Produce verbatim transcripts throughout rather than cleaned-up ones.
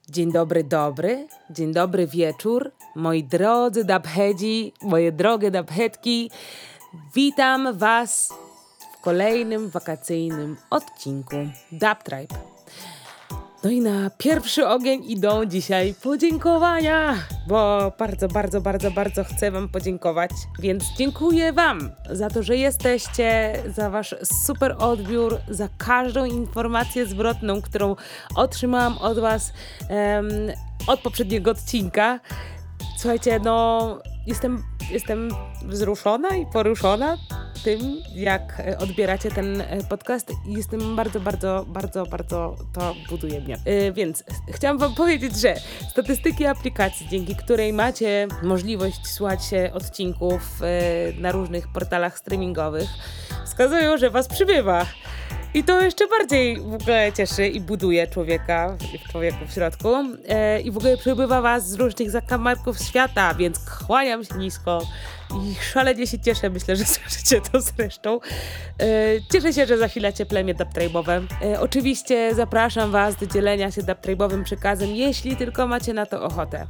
Dzień dobry, dobry, dzień dobry wieczór, moi drodzy dabhedzi, moje drogie dabhetki. Witam was w kolejnym wakacyjnym odcinku Dub Tribe. No i na pierwszy ogień idą dzisiaj podziękowania, bo bardzo, bardzo, bardzo, bardzo chcę wam podziękować, więc dziękuję wam za to, że jesteście, za wasz super odbiór, za każdą informację zwrotną, którą otrzymałam od was um, od poprzedniego odcinka. Słuchajcie, no jestem, jestem wzruszona i poruszona tym, jak odbieracie ten podcast i jestem bardzo, bardzo, bardzo, bardzo to buduje mnie. Yy, więc chciałam wam powiedzieć, że statystyki aplikacji, dzięki której macie możliwość słuchać odcinków yy, na różnych portalach streamingowych, wskazują, że was przybywa. I to jeszcze bardziej w ogóle cieszy i buduje człowieka, w człowieku w środku. E, I w ogóle przybywa was z różnych zakamarków świata, więc kłaniam się nisko i szalenie się cieszę. Myślę, że słyszycie to zresztą. E, cieszę się, że zasilacie plemię dubtribe'owe. E, oczywiście zapraszam was do dzielenia się dubtribe'owym przekazem, jeśli tylko macie na to ochotę.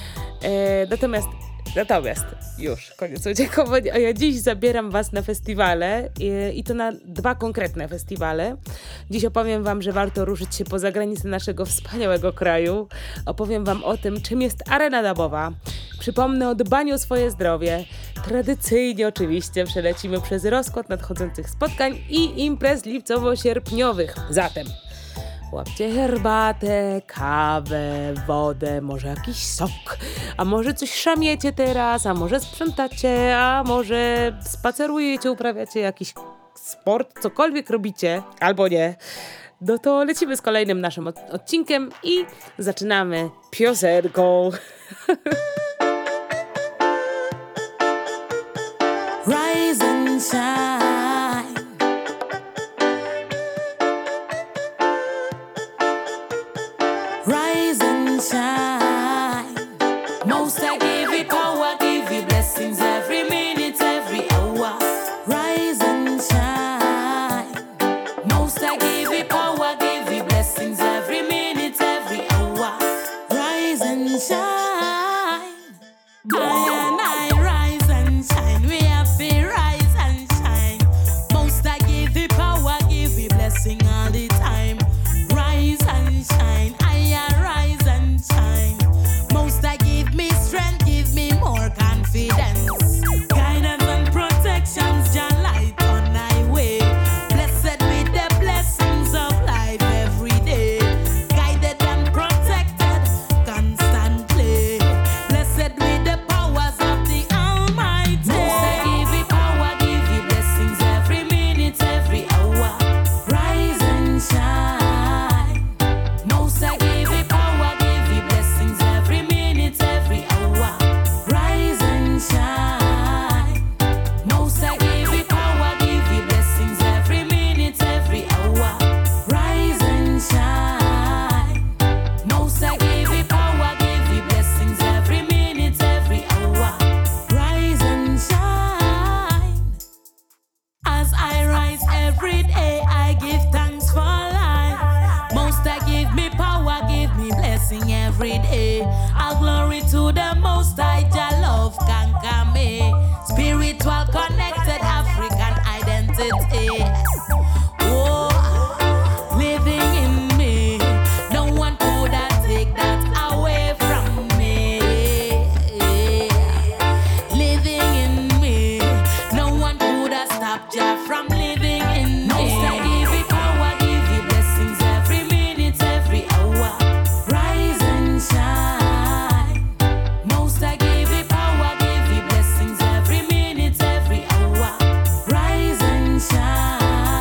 E, natomiast Natomiast już, koniec podziękowań, a ja dziś zabieram was na festiwale i, i to na dwa konkretne festiwale. Dziś opowiem wam, że warto ruszyć się poza granice naszego wspaniałego kraju. Opowiem wam o tym, czym jest arena dubowa. Przypomnę o dbaniu o swoje zdrowie. Tradycyjnie oczywiście przelecimy przez rozkład nadchodzących spotkań i imprez lipcowo-sierpniowych. Zatem łapcie herbatę, kawę, wodę, może jakiś sok, a może coś szamiecie teraz, a może sprzątacie, a może spacerujecie, uprawiacie jakiś sport, cokolwiek robicie, albo nie. No to lecimy z kolejnym naszym od- odcinkiem i zaczynamy piosenką. Rise and shine. Rise and shine. Most I give you power, give you blessings every minute, every hour. Rise and shine. Most I give you power, give you blessings every minute, every hour. Rise and shine. I and I rise and shine. We have to rise and shine. Most I give you power, give you blessing all the time. Rise and shine. I rise and shine. Most I give me strength, give me more confidence. Guidance and protections, your light on my way. Blessed be the blessings of life every day. Guided and protected constantly. Blessed be the powers of the Almighty. Most I give you power, give you blessings every minute, every hour. Rise and shine. Most I give you power, give you blessings every minute, every hour. Rise and shine. Most I give you power, give you blessings every minute, every hour. Rise and shine. Most I give you power, give you blessings every minute, every hour. Rise and shine. As I rise every day, I give thanks for life. Most I give me power, give me blessing every day. All glory to the Most High, Jah love conquer me. Spiritual connected African identity. Oh, living in me. No one could have take that away from me. Living in me. No one could have stopped Jah from living in me. Most I give you power, give you blessings every minute, every hour. Rise and shine. Most I give you power, give you blessings every minute, every hour. Rise and shine.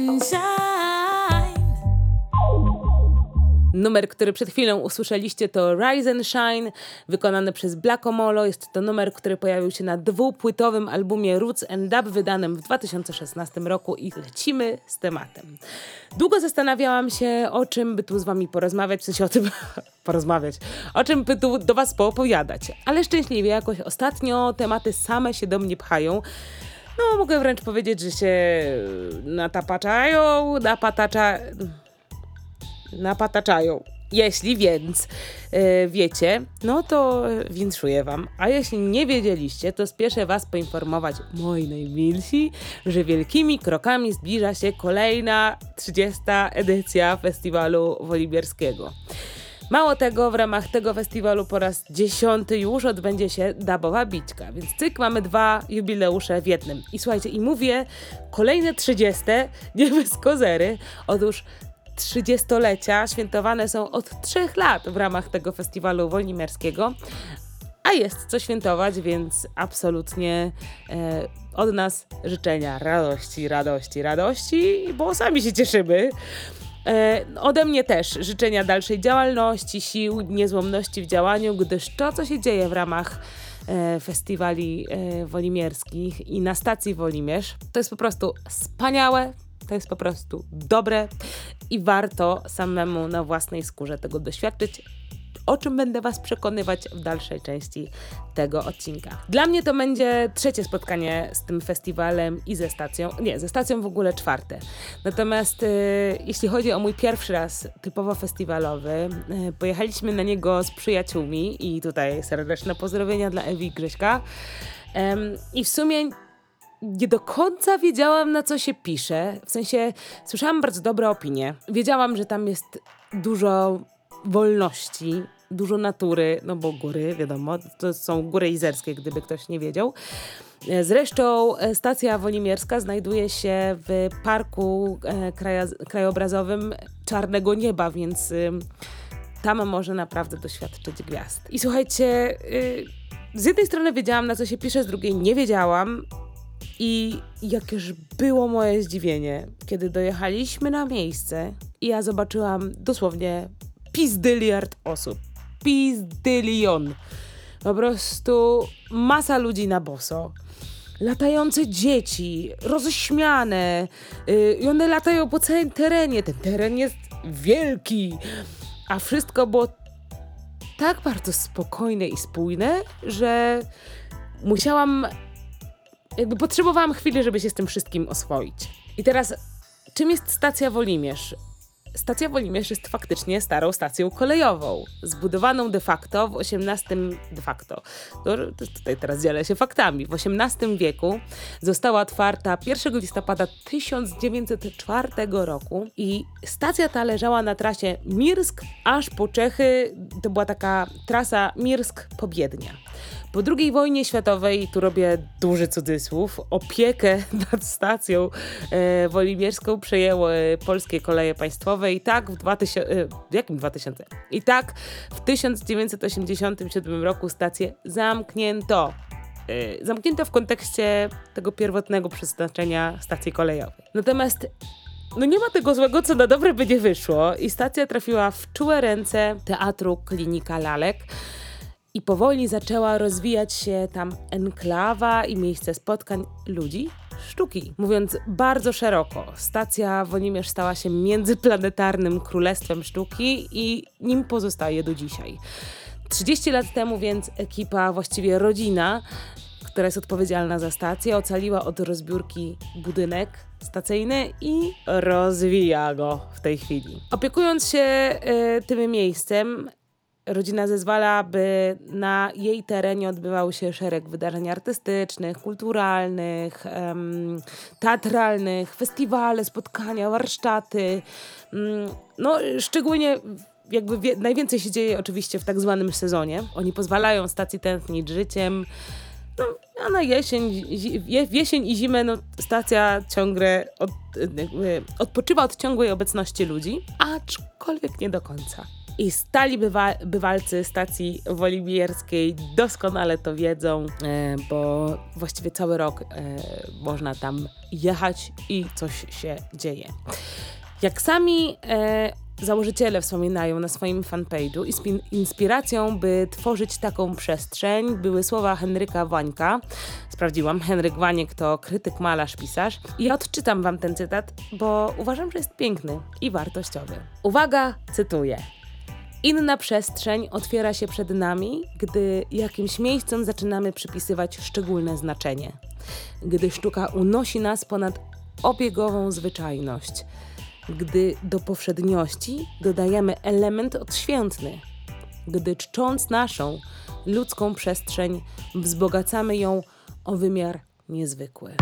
and shine. Numer, który przed chwilą usłyszeliście, to Rise and Shine, wykonany przez Black Omolo. Jest to numer, który pojawił się na dwupłytowym albumie Roots and Dub, wydanym w dwa tysiące szesnastym roku i lecimy z tematem. Długo zastanawiałam się, o czym by tu z wami porozmawiać, w sensie o tym porozmawiać, o czym by tu do was poopowiadać, ale szczęśliwie jakoś ostatnio tematy same się do mnie pchają. No, mogę wręcz powiedzieć, że się natapaczają, napatacza... napataczają. Jeśli więc yy, wiecie, no to winszuję wam. A jeśli nie wiedzieliście, to spieszę was poinformować, moi najmilsi, że wielkimi krokami zbliża się kolejna trzydziesta edycja Festiwalu Wolimirskiego. Mało tego, w ramach tego festiwalu po raz dziesiąty już odbędzie się Dubowa Bićka, więc cyk, mamy dwa jubileusze w jednym. I słuchajcie, i mówię kolejne trzydzieste, nie bez kozery. Otóż trzydziestolecia świętowane są od trzech lat w ramach tego festiwalu wolimirskiego, a jest co świętować, więc absolutnie e, od nas życzenia radości, radości, radości, bo sami się cieszymy. E, ode mnie też życzenia dalszej działalności, sił, niezłomności w działaniu, gdyż to, co się dzieje w ramach e, festiwali e, wolimirskich i na stacji Wolimierz, to jest po prostu wspaniałe. To jest po prostu dobre i warto samemu na własnej skórze tego doświadczyć, o czym będę was przekonywać w dalszej części tego odcinka. Dla mnie to będzie trzecie spotkanie z tym festiwalem i ze stacją. Nie, ze stacją w ogóle czwarte. Natomiast y, jeśli chodzi o mój pierwszy raz typowo festiwalowy, y, pojechaliśmy na niego z przyjaciółmi i tutaj serdeczne pozdrowienia dla Ewi i Grześka. Ym, I w sumie nie do końca wiedziałam, na co się pisze. W sensie słyszałam bardzo dobre opinie. Wiedziałam, że tam jest dużo wolności, dużo natury, no bo góry, wiadomo, to są góry izerskie, gdyby ktoś nie wiedział. Zresztą stacja wolimirska znajduje się w parku kraja- krajobrazowym Czarnego Nieba, więc y, tam można naprawdę doświadczyć gwiazd. I słuchajcie, y, z jednej strony wiedziałam, na co się pisze, z drugiej nie wiedziałam. I jakież było moje zdziwienie, kiedy dojechaliśmy na miejsce i ja zobaczyłam dosłownie pizdyliard osób. Pizdylion. Po prostu masa ludzi na boso. Latające dzieci, roześmiane. Yy, I one latają po całym terenie. Ten teren jest wielki. A wszystko było tak bardzo spokojne i spójne, że musiałam... Jakby potrzebowałam chwili, żeby się z tym wszystkim oswoić. I teraz, czym jest stacja Wolimierz? Stacja Wolimierz jest faktycznie starą stacją kolejową, zbudowaną de facto w osiemnastym de facto. To, to tutaj teraz dzielę się faktami. W osiemnastym wieku została otwarta pierwszego listopada tysiąc dziewięćset czwartego roku i stacja ta leżała na trasie Mirsk aż po Czechy. To była taka trasa Mirsk-Pobiednia. Po drugiej wojnie światowej, tu robię duży cudzysłów, opiekę nad stacją e, wolimierską przejęły Polskie Koleje Państwowe i tak w dwutysięcznym... E, w jakim dwa tysiące? I tak w tysiąc dziewięćset osiemdziesiątym siódmym roku stację zamknięto. E, zamknięto w kontekście tego pierwotnego przeznaczenia stacji kolejowej. Natomiast no nie ma tego złego, co na dobre by nie wyszło i stacja trafiła w czułe ręce Teatru Klinika Lalek. I powoli zaczęła rozwijać się tam enklawa i miejsce spotkań ludzi, sztuki. Mówiąc bardzo szeroko, stacja Wolimierz stała się międzyplanetarnym królestwem sztuki i nim pozostaje do dzisiaj. trzydzieści lat temu więc ekipa, właściwie rodzina, która jest odpowiedzialna za stację, ocaliła od rozbiórki budynek stacyjny i rozwija go w tej chwili. Opiekując się y, tym miejscem, rodzina zezwala, by na jej terenie odbywał się szereg wydarzeń artystycznych, kulturalnych, em, teatralnych, festiwale, spotkania, warsztaty. Mm, no, szczególnie jakby wie, najwięcej się dzieje oczywiście w tak zwanym sezonie. Oni pozwalają stacji tętnić życiem. No, a na jesień, w jesień i zimę no, stacja ciągle od, jakby odpoczywa od ciągłej obecności ludzi, aczkolwiek nie do końca. I stali bywa- bywalcy stacji wolimierskiej doskonale to wiedzą, e, bo właściwie cały rok e, można tam jechać i coś się dzieje. Jak sami e, założyciele wspominają na swoim fanpage'u, inspi- inspiracją, by tworzyć taką przestrzeń, były słowa Henryka Wańka. Sprawdziłam, Henryk Waniek to krytyk, malarz, pisarz. I ja odczytam wam ten cytat, bo uważam, że jest piękny i wartościowy. Uwaga, cytuję. Inna przestrzeń otwiera się przed nami, gdy jakimś miejscom zaczynamy przypisywać szczególne znaczenie. Gdy sztuka unosi nas ponad obiegową zwyczajność. Gdy do powszedniości dodajemy element odświętny. Gdy czcząc naszą ludzką przestrzeń, wzbogacamy ją o wymiar niezwykły.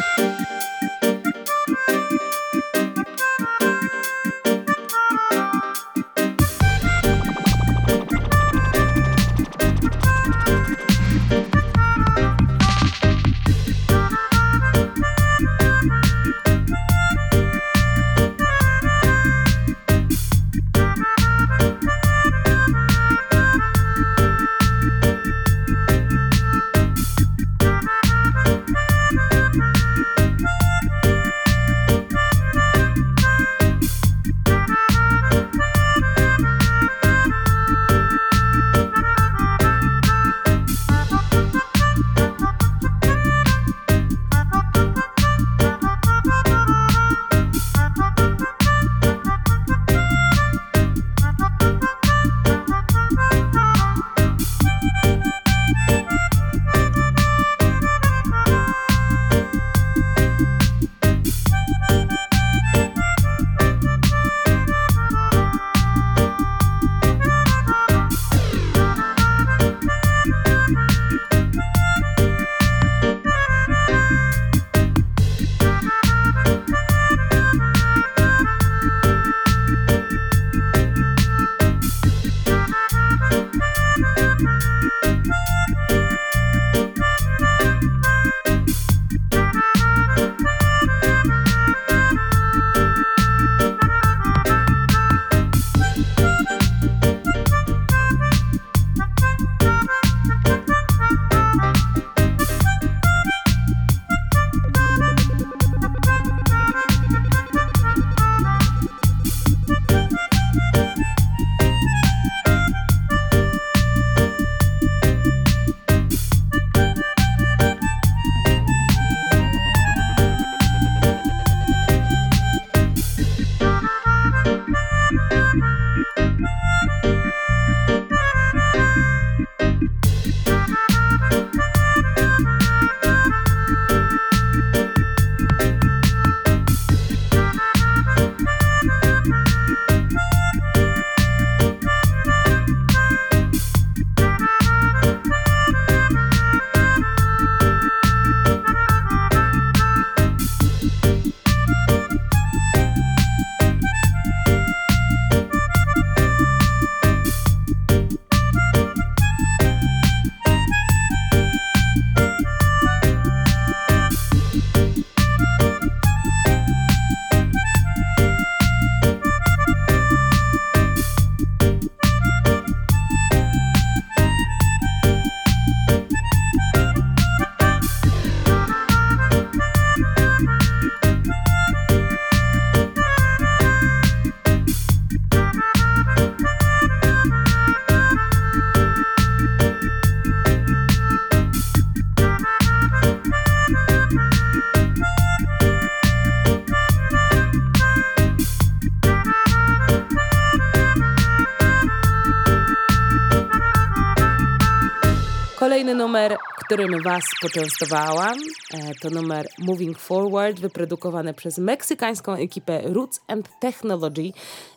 Kolejny numer, którym was poczęstowałam, to numer Moving Forward, wyprodukowany przez meksykańską ekipę Roots and Technology.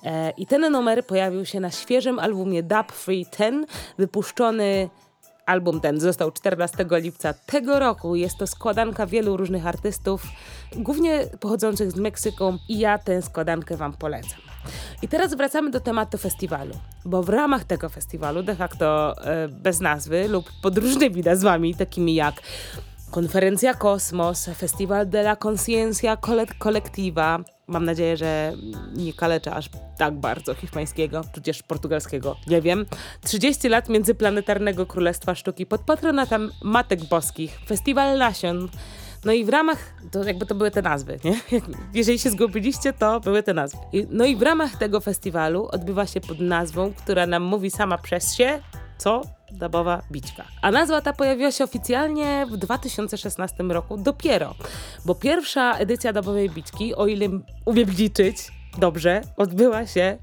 I ten numer pojawił się na świeżym albumie Dub Free ten, wypuszczony. Album ten został czternastego lipca tego roku. Jest to składanka wielu różnych artystów, głównie pochodzących z Meksyku, i ja tę składankę wam polecam. I teraz wracamy do tematu festiwalu, bo w ramach tego festiwalu, de facto e, bez nazwy lub pod różnymi nazwami, takimi jak konferencja Kosmos, Festival de la Conciencia Colectiva. Mam nadzieję, że nie kaleczę aż tak bardzo hiszpańskiego, tudzież portugalskiego, nie wiem. trzydzieści lat Międzyplanetarnego Królestwa Sztuki pod patronatem Matek Boskich, Festiwal Nasion. No i w ramach, to jakby to były te nazwy, nie? Jeżeli się zgubiliście, to były te nazwy. I, no i w ramach tego festiwalu odbywa się pod nazwą, która nam mówi sama przez się, co? Dabowa bićka. A nazwa ta pojawiła się oficjalnie w dwa tysiące szesnastym roku dopiero, bo pierwsza edycja Dabowej Bićki, o ile umiem liczyć dobrze, odbyła się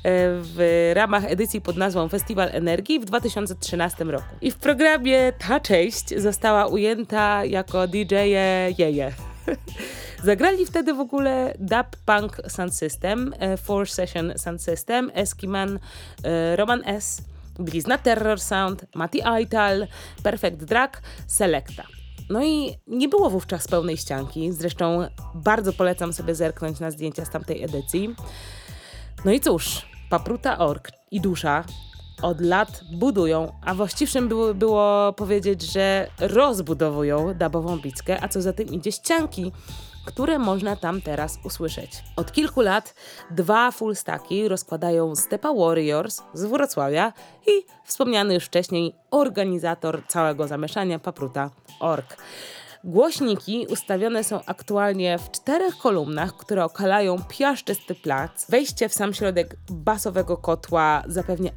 w ramach edycji pod nazwą Festiwal Energii w dwa tysiące trzynastym roku. I w programie ta część została ujęta jako D J Jeje. Zagrali wtedy w ogóle Dub Punk Sound System, Four Session Sound System, Eskiman, Roman S., Blizna Terror Sound, Mati Aital, Perfect Drag, Selecta. No i nie było wówczas pełnej ścianki, zresztą bardzo polecam sobie zerknąć na zdjęcia z tamtej edycji. No i cóż, Papruta kropka org i Dusza od lat budują, a właściwszym było, było powiedzieć, że rozbudowują dabową bickę, a co za tym idzie ścianki, które można tam teraz usłyszeć. Od kilku lat dwa full stacki rozkładają Stepa Warriors z Wrocławia i wspomniany już wcześniej organizator całego zamieszania Papruta kropka org. Głośniki ustawione są aktualnie w czterech kolumnach, które okalają piaszczysty plac. Wejście w sam środek basowego kotła zapewnia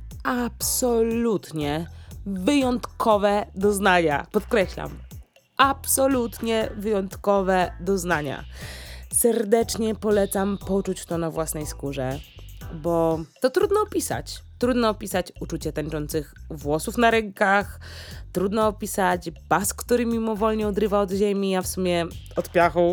absolutnie wyjątkowe doznania. Podkreślam. Absolutnie wyjątkowe doznania. Serdecznie polecam poczuć to na własnej skórze, bo to trudno opisać. Trudno opisać uczucie tańczących włosów na rękach, trudno opisać bas, który mimowolnie odrywa od ziemi, a w sumie od piachu.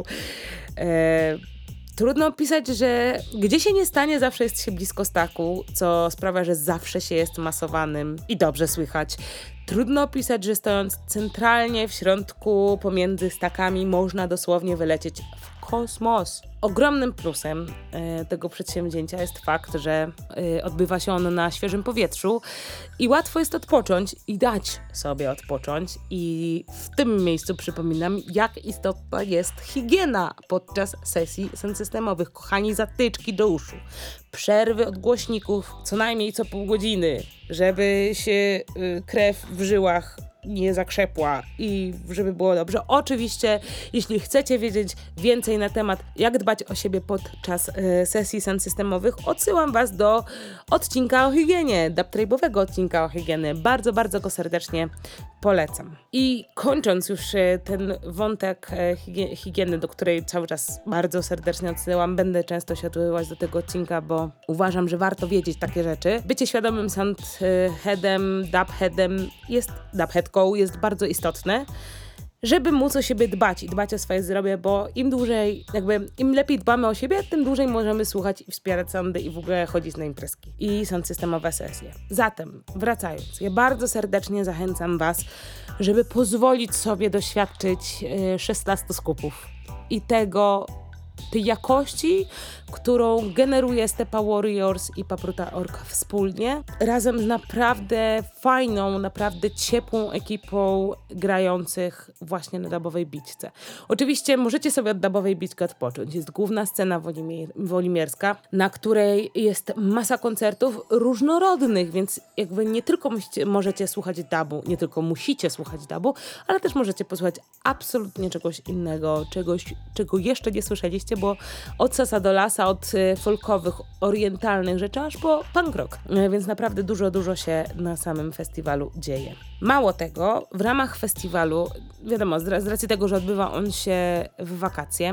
E, trudno opisać, że gdzie się nie stanie, zawsze jest się blisko staku, co sprawia, że zawsze się jest masowanym i dobrze słychać. Trudno opisać, że stojąc centralnie w środku pomiędzy stakami można dosłownie wylecieć w kosmos. Ogromnym plusem e, tego przedsięwzięcia jest fakt, że e, odbywa się ono na świeżym powietrzu i łatwo jest odpocząć i dać sobie odpocząć. I w tym miejscu przypominam, jak istotna jest higiena podczas sesji sound systemowych. Kochani, zatyczki do uszu, przerwy od głośników co najmniej co pół godziny, żeby się y, krew w żyłach nie zakrzepła i żeby było dobrze. Oczywiście, jeśli chcecie wiedzieć więcej na temat, jak dbać o siebie podczas e, sesji sound systemowych, odsyłam was do odcinka o higienie, dubtrabe'owego odcinka o higienie. Bardzo, bardzo go serdecznie polecam. I kończąc już e, ten wątek e, higie- higieny, do której cały czas bardzo serdecznie odsyłam, będę często się odwoływać do tego odcinka, bo uważam, że warto wiedzieć takie rzeczy. Bycie świadomym soundheadem, dubheadem jest dubheadką jest bardzo istotne, żeby móc o siebie dbać i dbać o swoje zdrowie, bo im dłużej, jakby im lepiej dbamy o siebie, tym dłużej możemy słuchać i wspierać soundy i w ogóle chodzić na imprezki i sound systemowe sesje. Zatem, wracając, ja bardzo serdecznie zachęcam was, żeby pozwolić sobie doświadczyć yy, szesnastu skupów i tego, tej jakości, którą generuje Stepa Warriors i Papruta kropka org wspólnie, razem z naprawdę fajną, naprawdę ciepłą ekipą grających właśnie na dabowej bićce. Oczywiście możecie sobie od dabowej bićki odpocząć. Jest główna scena wolimier- wolimierska, na której jest masa koncertów różnorodnych, więc jakby nie tylko musicie, możecie słuchać dabu, nie tylko musicie słuchać dabu, ale też możecie posłuchać absolutnie czegoś innego, czegoś, czego jeszcze nie słyszeliście, bo od sasa do lasa, od folkowych, orientalnych rzeczy, aż po punk rock. Więc naprawdę dużo, dużo się na samym festiwalu dzieje. Mało tego, w ramach festiwalu, wiadomo, z racji tego, że odbywa on się w wakacje,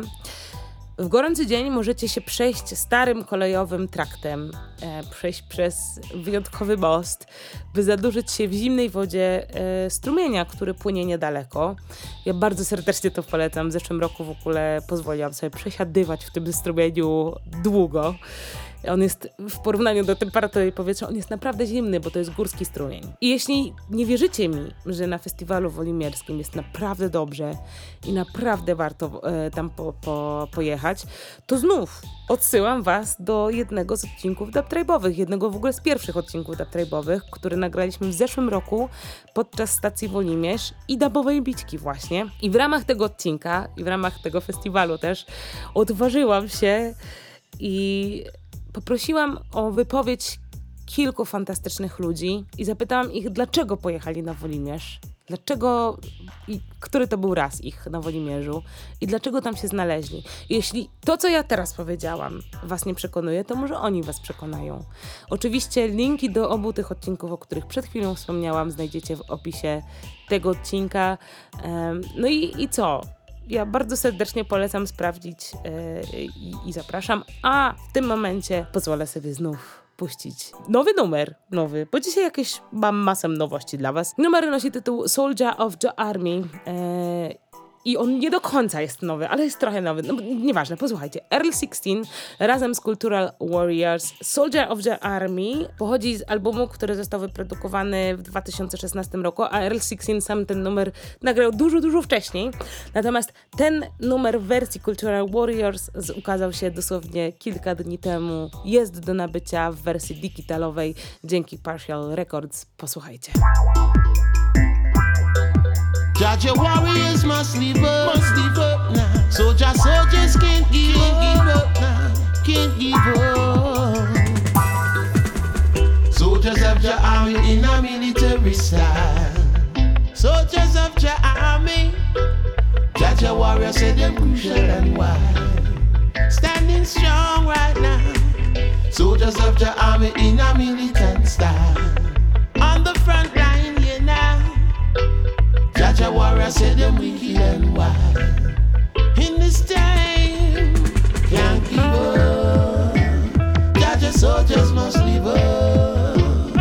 w gorący dzień możecie się przejść starym kolejowym traktem, e, przejść przez wyjątkowy most, by zanurzyć się w zimnej wodzie e, strumienia, który płynie niedaleko. Ja bardzo serdecznie to polecam. W zeszłym roku w ogóle pozwoliłam sobie przesiadywać w tym strumieniu długo. On jest w porównaniu do temperatury powietrza, on jest naprawdę zimny, bo to jest górski strumień. I jeśli nie wierzycie mi, że na festiwalu wolimierskim jest naprawdę dobrze i naprawdę warto e, tam po, po, pojechać, to znów odsyłam was do jednego z odcinków dubtribe'owych, jednego w ogóle z pierwszych odcinków dubtribe'owych, który nagraliśmy w zeszłym roku podczas stacji Wolimierz i dubowej bitki właśnie. I w ramach tego odcinka i w ramach tego festiwalu też odważyłam się i poprosiłam o wypowiedź kilku fantastycznych ludzi i zapytałam ich, dlaczego pojechali na Wolimierz, dlaczego, i który to był raz ich na Wolimierzu i dlaczego tam się znaleźli. I jeśli to, co ja teraz powiedziałam, was nie przekonuje, to może oni was przekonają. Oczywiście linki do obu tych odcinków, o których przed chwilą wspomniałam, znajdziecie w opisie tego odcinka. Um, no i, i co? Ja bardzo serdecznie polecam sprawdzić yy, i, i zapraszam, a w tym momencie pozwolę sobie znów puścić nowy numer, nowy, bo dzisiaj jakieś mam masę nowości dla was. Numer nosi tytuł Soldier of the Army yy, i on nie do końca jest nowy, ale jest trochę nowy, no nieważne, posłuchajcie. Earl szesnaście razem z Cultural Warriors. Soldier of the Army pochodzi z albumu, który został wyprodukowany w dwa tysiące szesnastym roku, a Earl szesnaście sam ten numer nagrał dużo, dużo wcześniej. Natomiast ten numer w wersji Cultural Warriors z, ukazał się dosłownie kilka dni temu. Jest do nabycia w wersji digitalowej dzięki Partial Records. Posłuchajcie. Jaja warriors must live up, must live up now. Soldier, soldiers can't give up, give up now, can't give up. Soldiers of your army in a military style. Soldiers of your army, Jaja warriors say them crucial and wide. Standing strong right now. Soldiers of your army in a militant style. On the front line, you know. Jaja warrior said them wicked and wild. In this time, can't give up. Jaja soldiers must live up.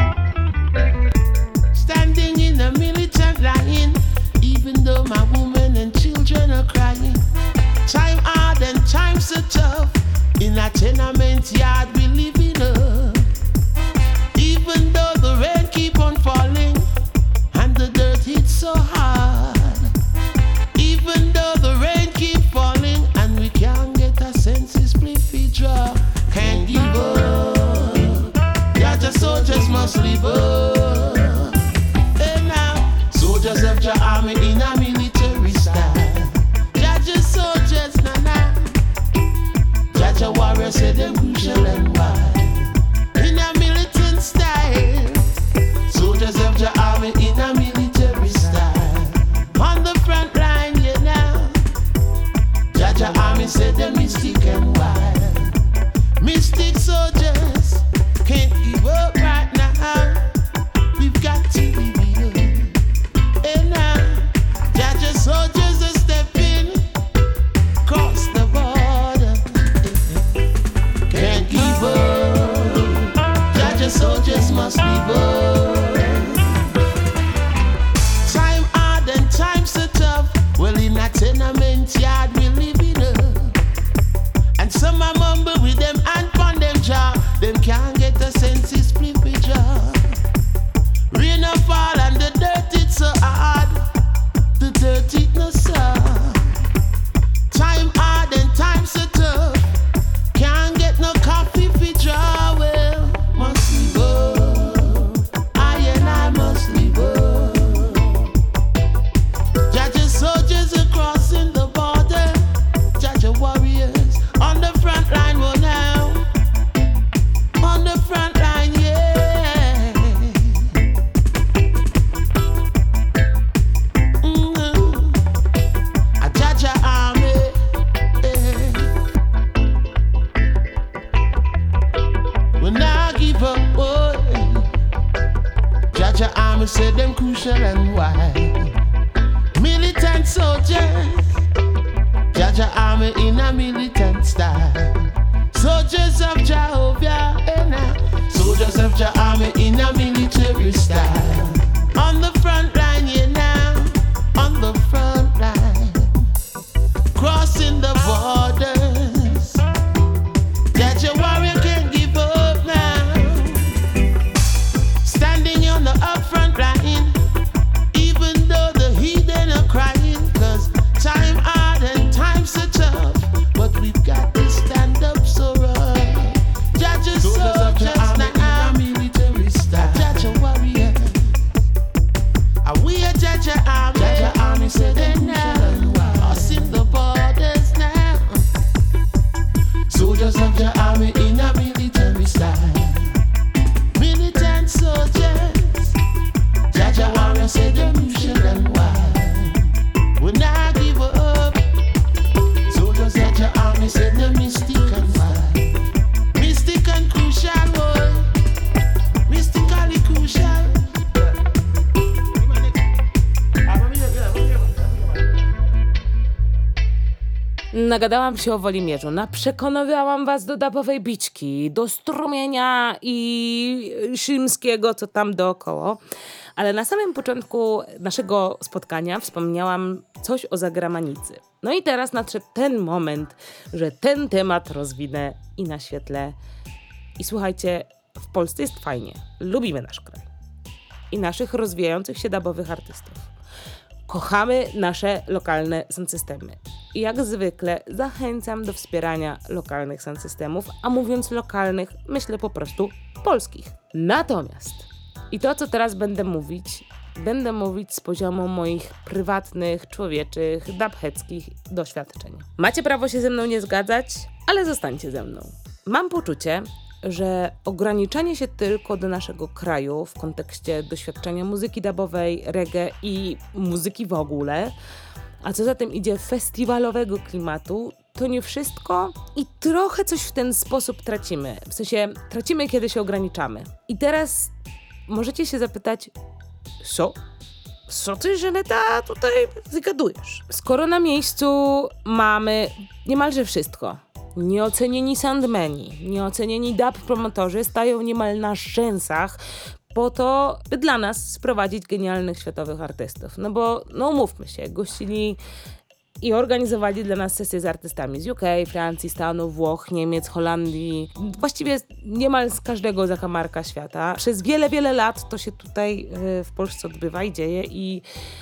Standing in a militant line, even though my women and children are crying. Time hard and time so tough. In a tenement yard we living up. Even though the rain keep on falling and the dirt hits so hard, even though the rain keep falling and we can't get our senses flippy draw, can't give up. Yeah, the soldiers must live up. And now, soldiers of your army in a military style. Yeah, the soldiers, na na. Yeah, the warriors say them crucial and wide. In a militant style. Soldiers of your army in a military style. On the front line, you know. Jaja army said the mystic and wild. Mystic soldiers can't give up right now. We've got to give it up. And now, Jaja soldiers are stepping across the border. Can't give up. Jaja soldiers must give up. Well, in a tenement yard we living up. And some a mumble with them hand on them jaw. Them can't get the senses flippy jaw. Rain a fall and the dirt it's so hard. The dirt it no soft. Time hard and time so tough. Can't get no coffee fi draw. Well, must live up. I and I must live up. Soldiers are crossing the border. Jaja warriors on the front line, well now. On the front line, yeah. Mm-hmm. A Jaja army, yeah. We'll not give up, boy. Jaja army said them crucial and wide. Militant soldiers, Jaja army in a militant style. Soldiers of Jehovah, eh, soldiers of Jah army in a military style. On the front line, you know, on the front line, crossing the borders. Jaja warrior can Jaja army in a military style. Militant soldiers, Jaja warriors say them you should run wild. When I give up, soldiers Jaja army say them mystic and wild. Mystic and crucial, boy. Mystically crucial. Nagadałam się o Wolimierzu, naprzekonywałam was do dabowej biczki, do strumienia i Szymskiego, co tam dookoło. Ale na samym początku naszego spotkania wspomniałam coś o Zagramanicy. No i teraz nadszedł ten moment, że ten temat rozwinę i naświetlę. I słuchajcie, w Polsce jest fajnie. Lubimy nasz kraj. I naszych rozwijających się dabowych artystów. Kochamy nasze lokalne soundsystemy. I jak zwykle zachęcam do wspierania lokalnych soundsystemów, a mówiąc lokalnych, myślę po prostu polskich. Natomiast, i to co teraz będę mówić, będę mówić z poziomu moich prywatnych, człowieczych, dabheckich doświadczeń. Macie prawo się ze mną nie zgadzać, ale zostańcie ze mną. Mam poczucie, że ograniczanie się tylko do naszego kraju w kontekście doświadczenia muzyki dubowej, reggae i muzyki w ogóle, a co za tym idzie festiwalowego klimatu, to nie wszystko i trochę coś w ten sposób tracimy. W sensie tracimy, kiedy się ograniczamy. I teraz możecie się zapytać, co? Co ty, Żaneta, tutaj wygadujesz? Skoro na miejscu mamy niemalże wszystko, nieocenieni soundmeni, nieocenieni dub promotorzy stają niemal na rzęsach po to, by dla nas sprowadzić genialnych światowych artystów. No bo, no umówmy się, gościli i organizowali dla nas sesje z artystami z U K, Francji, Stanów, Włoch, Niemiec, Holandii, właściwie niemal z każdego zakamarka świata. Przez wiele, wiele lat to się tutaj w Polsce odbywa i dzieje i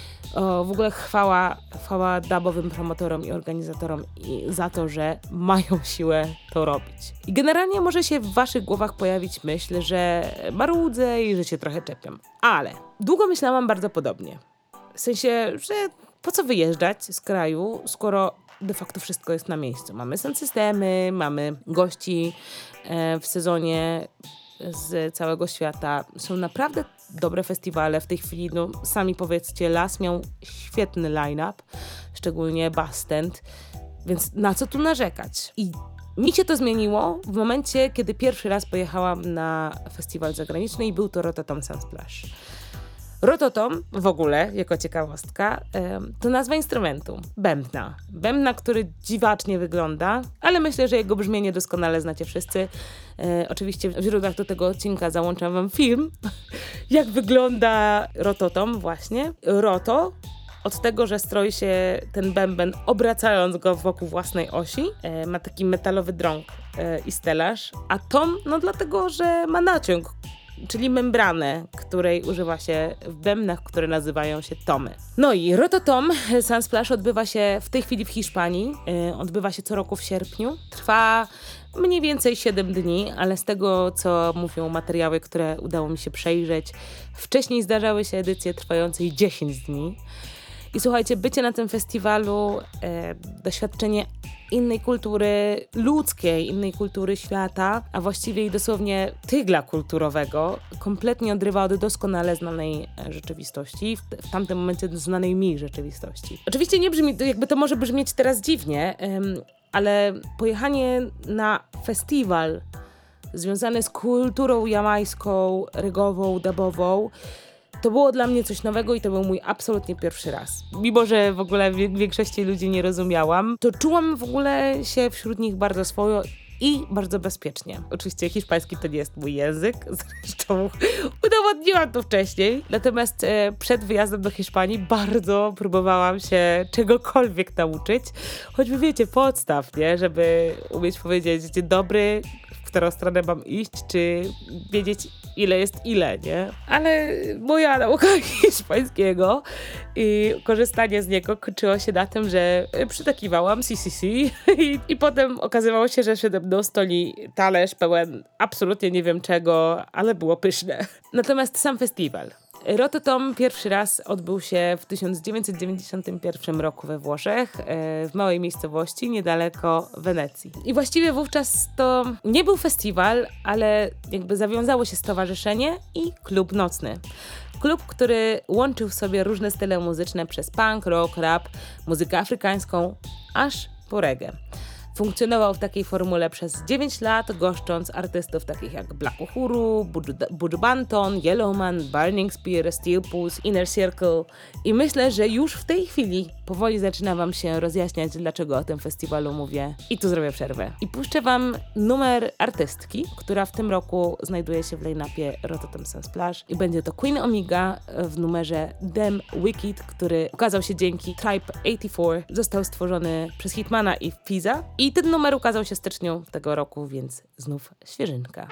O, w ogóle chwała, chwała dubowym promotorom i organizatorom i za to, że mają siłę to robić. I generalnie może się w waszych głowach pojawić myśl, że marudzę i że się trochę czepiam. Ale długo myślałam bardzo podobnie. W sensie, że po co wyjeżdżać z kraju, skoro de facto wszystko jest na miejscu. Mamy soundsystemy, mamy gości e, w sezonie z całego świata. Są naprawdę dobre festiwale. W tej chwili, no sami powiedzcie, Las miał świetny line-up, szczególnie Bass Stand, więc na co tu narzekać? I mi się to zmieniło w momencie, kiedy pierwszy raz pojechałam na festiwal zagraniczny i był to Rototom Sunsplash. Rototom w ogóle, jako ciekawostka, to nazwa instrumentu, bębna. Bębna, który dziwacznie wygląda, ale myślę, że jego brzmienie doskonale znacie wszyscy. E, oczywiście w źródłach do tego odcinka załączam wam film, jak wygląda rototom właśnie. Roto, od tego, że stroi się ten bęben obracając go wokół własnej osi, e, ma taki metalowy drąg e, i stelaż, a tom, no dlatego, że ma naciąg, czyli membranę, której używa się w bębnach, które nazywają się tomy. No i Rototom Sunsplash odbywa się w tej chwili w Hiszpanii. Yy, odbywa się co roku w sierpniu. Trwa mniej więcej siedem dni, ale z tego, co mówią materiały, które udało mi się przejrzeć, wcześniej zdarzały się edycje trwające dziesięć dni. I słuchajcie, bycie na tym festiwalu, e, doświadczenie innej kultury ludzkiej, innej kultury świata, a właściwie i dosłownie tygla kulturowego, kompletnie odrywa od doskonale znanej rzeczywistości, w, w tamtym momencie znanej mi rzeczywistości. Oczywiście nie brzmi, jakby to może brzmieć teraz dziwnie, ym, ale pojechanie na festiwal związany z kulturą jamańską, regową, dubową, to było dla mnie coś nowego i to był mój absolutnie pierwszy raz. Mimo że w ogóle większości ludzi nie rozumiałam, to czułam w ogóle się wśród nich bardzo swojo i bardzo bezpiecznie. Oczywiście hiszpański to nie jest mój język, zresztą udowodniłam to wcześniej. Natomiast e, przed wyjazdem do Hiszpanii bardzo próbowałam się czegokolwiek nauczyć. Choćby wiecie, podstaw, nie? Żeby umieć powiedzieć dzień dobry, w którą stronę mam iść, czy wiedzieć ile jest ile, nie? Ale moja nauka hiszpańskiego i korzystanie z niego kończyło się na tym, że przytakiwałam si si si i, i potem okazywało się, że przede mną stoi talerz pełen absolutnie nie wiem czego, ale było pyszne. Natomiast sam festiwal. Rototom pierwszy raz odbył się w tysiąc dziewięćset dziewięćdziesiątym pierwszym roku we Włoszech, w małej miejscowości niedaleko Wenecji. I właściwie wówczas to nie był festiwal, ale jakby zawiązało się stowarzyszenie i klub nocny. Klub, który łączył w sobie różne style muzyczne przez punk, rock, rap, muzykę afrykańską, aż po reggae. Funkcjonował w takiej formule przez dziewięć lat, goszcząc artystów takich jak Black Uhuru, Buju Banton, Yellowman, Burning Spear, Steel Pulse, Inner Circle i myślę, że już w tej chwili powoli zaczyna wam się rozjaśniać, dlaczego o tym festiwalu mówię. I tu zrobię przerwę. I puszczę wam numer artystki, która w tym roku znajduje się w line-upie Rototom Sunsplash i będzie to Queen Omega w numerze Damn Wicked, który ukazał się dzięki Tribe osiemdziesiąt cztery. Został stworzony przez Hitmana i Fiza. I ten numer ukazał się w styczniu tego roku, więc znów świeżynka.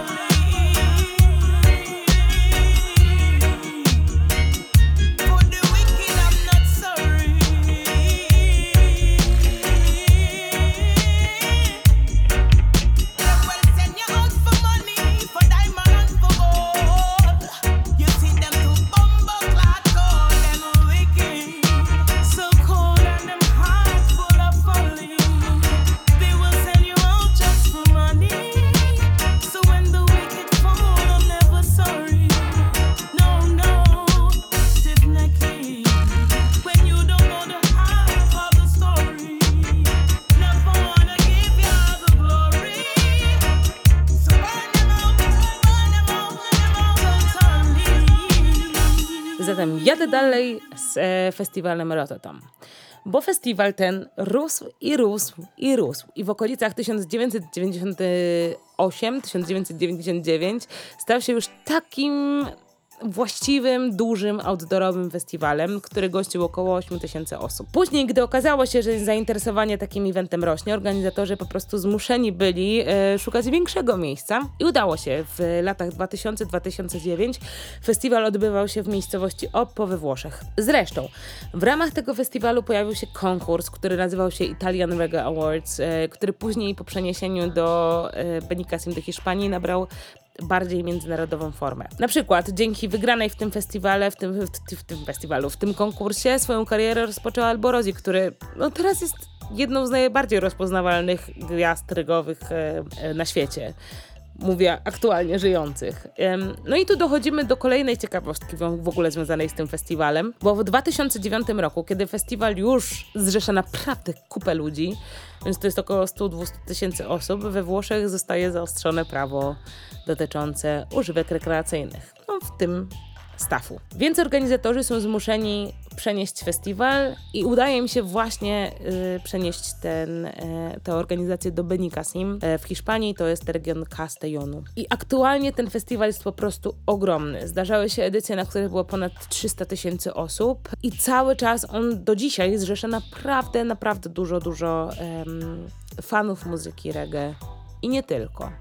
For the zatem jadę dalej z e, festiwalem Rototom. Bo festiwal ten rósł i rósł i rósł. I w okolicach tysiąc dziewięćset dziewięćdziesiątego ósmego do tysiąc dziewięćset dziewięćdziesiątego dziewiątego stał się już takim właściwym, dużym, outdoorowym festiwalem, który gościł około osiem tysięcy osób. Później, gdy okazało się, że zainteresowanie takim eventem rośnie, organizatorzy po prostu zmuszeni byli e, szukać większego miejsca i udało się. W latach dwa tysiące do dwa tysiące dziewiątego festiwal odbywał się w miejscowości Oppo we Włoszech. Zresztą w ramach tego festiwalu pojawił się konkurs, który nazywał się Italian Reggae Awards, e, który później po przeniesieniu do e, Benicassim do Hiszpanii nabrał bardziej międzynarodową formę. Na przykład dzięki wygranej w tym festiwale, w tym, w, w tym festiwalu, w tym konkursie swoją karierę rozpoczął Alborozi, który no, teraz jest jedną z najbardziej rozpoznawalnych gwiazd reggae'owych e, e, na świecie. Mówię aktualnie żyjących. No i tu dochodzimy do kolejnej ciekawostki w ogóle związanej z tym festiwalem, bo w dwa tysiące dziewiątym roku, kiedy festiwal już zrzesza naprawdę kupę ludzi, więc to jest około sto do dwustu tysięcy osób, we Włoszech zostaje zaostrzone prawo dotyczące używek rekreacyjnych, no w tym stafu. Więc organizatorzy są zmuszeni przenieść festiwal i udaje im się właśnie y, przenieść ten, y, tę organizację do Benicassim y, w Hiszpanii, to jest region Castellonu. I aktualnie ten festiwal jest po prostu ogromny. Zdarzały się edycje, na których było ponad trzysta tysięcy osób i cały czas on do dzisiaj zrzesza naprawdę, naprawdę dużo, dużo um, fanów muzyki reggae i nie tylko.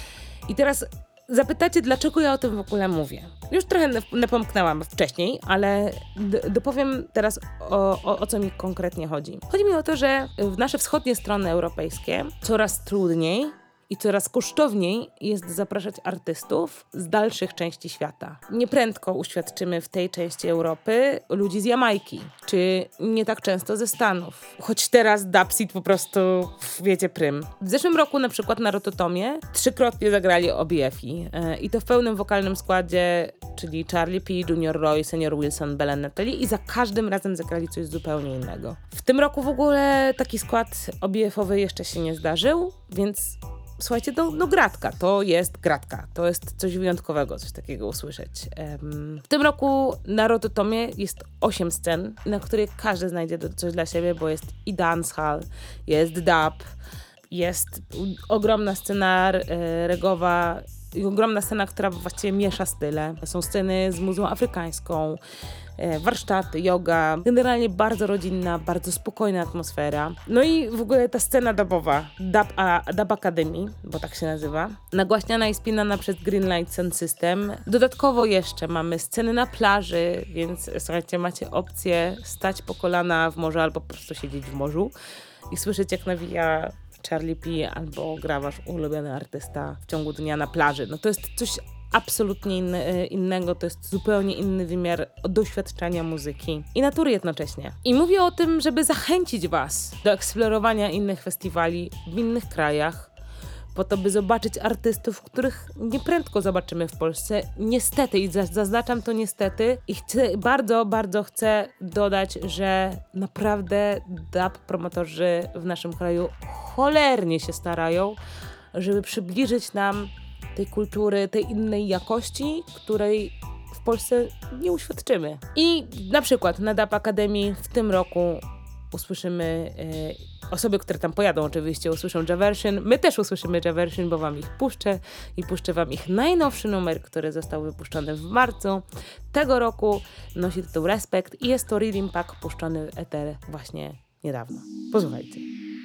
I teraz zapytacie, dlaczego ja o tym w ogóle mówię. Już trochę napomknęłam wcześniej, ale d- dopowiem teraz o, o, o co mi konkretnie chodzi. Chodzi mi o to, że w nasze wschodnie strony europejskie coraz trudniej i coraz kosztowniej jest zapraszać artystów z dalszych części świata. Nieprędko uświadczymy w tej części Europy ludzi z Jamajki, czy nie tak często ze Stanów. Choć teraz dubstep po prostu, wiecie, prym. W zeszłym roku na przykład na Rototomie trzykrotnie zagrali O B F I yy, i to w pełnym wokalnym składzie, czyli Charlie P, Junior Roy, Senior Wilson, Belen Natalie i za każdym razem zagrali coś zupełnie innego. W tym roku w ogóle taki skład O B F-owy jeszcze się nie zdarzył, więc słuchajcie, no, no gratka, to jest gratka, to jest coś wyjątkowego, coś takiego usłyszeć. Um, w tym roku na Rototomie jest osiem scen, na których każdy znajdzie coś dla siebie, bo jest i dancehall, jest dub, jest ogromna scena e, regowa i ogromna scena, która właściwie miesza style. Są sceny z muzą afrykańską, warsztaty, yoga, generalnie bardzo rodzinna, bardzo spokojna atmosfera. No i w ogóle ta scena dubowa, Dub, a, Dub Academy, bo tak się nazywa, nagłaśniana i spinana przez Greenlight Sound System. Dodatkowo jeszcze mamy sceny na plaży, więc słuchajcie, macie opcję stać po kolana w morzu albo po prostu siedzieć w morzu i słyszeć, jak nawija Charlie P albo gra wasz ulubiony artysta w ciągu dnia na plaży. No to jest coś absolutnie inny, innego, to jest zupełnie inny wymiar doświadczenia muzyki i natury jednocześnie. I mówię o tym, żeby zachęcić was do eksplorowania innych festiwali w innych krajach, po to, by zobaczyć artystów, których nieprędko zobaczymy w Polsce. Niestety, i zaznaczam to niestety, i chcę, bardzo, bardzo chcę dodać, że naprawdę dub promotorzy w naszym kraju cholernie się starają, żeby przybliżyć nam tej kultury, tej innej jakości, której w Polsce nie uświadczymy. I na przykład na Dub Academy w tym roku usłyszymy e, osoby, które tam pojadą oczywiście, usłyszą Javersion. My też usłyszymy Javersion, bo wam ich puszczę i puszczę wam ich najnowszy numer, który został wypuszczony w marcu tego roku. Nosi tytuł Respekt i jest to Rhythm Pack puszczony w eter właśnie niedawno. Posłuchajcie.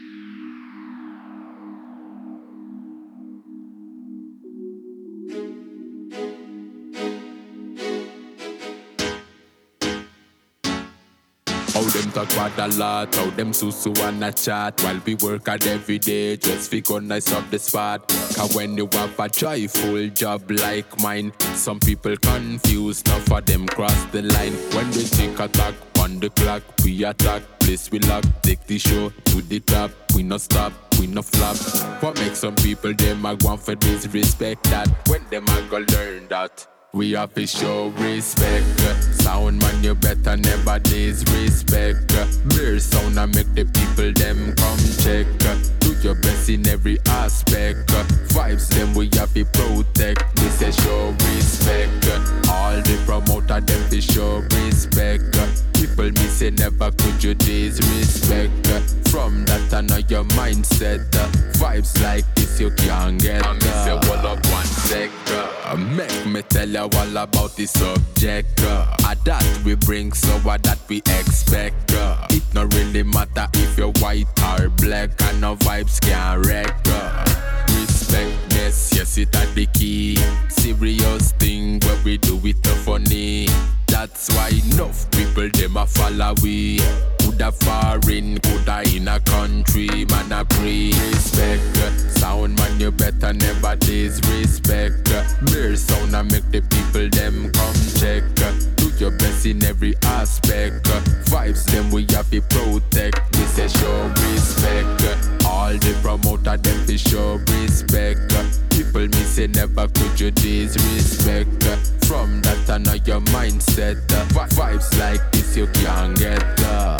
How them talk about a lot, how them susu wanna chat while we work hard every day just fi go nice up the spot. Cause when you have a joyful job like mine, some people confused, enough of them cross the line. When they tick attack on the clock, we attack, place we lock, take the show to the top. We no stop, we no flop. What makes some people them a want for disrespect that? When them a go learn that? We have to show respect. Sound man, you better never disrespect. Mere sound and make the people them come check. Do your best in every aspect. Uh, vibes them we have to protect. This is show respect. Uh, all the promoter them fi show respect. Uh, people me say never could you disrespect. Uh, from that I know your mindset. Uh, vibes like this you can't get. Uh, me say hold up one sec. Uh, make me tell you all about the subject. Uh, uh, that we bring so what that we expect. Uh, it no really matter if you're white or black. And no vibes can wreck. Uh, respectness, yes it at the key. Serious thing where we do it a funny. That's why enough people them a follow we. Coulda foreign, coulda in a country, man a pre. Respect, uh, sound man you better never disrespect. Uh, mere sound a make the people them come check. Uh, do your best in every aspect. Uh, vibes them we have to protect. This is show respect. Uh, all the promoter them fi show respect. Uh, people me say never could you disrespect. Uh, from that I know your mindset. Uh, vi- vibes like this you can't get. Uh,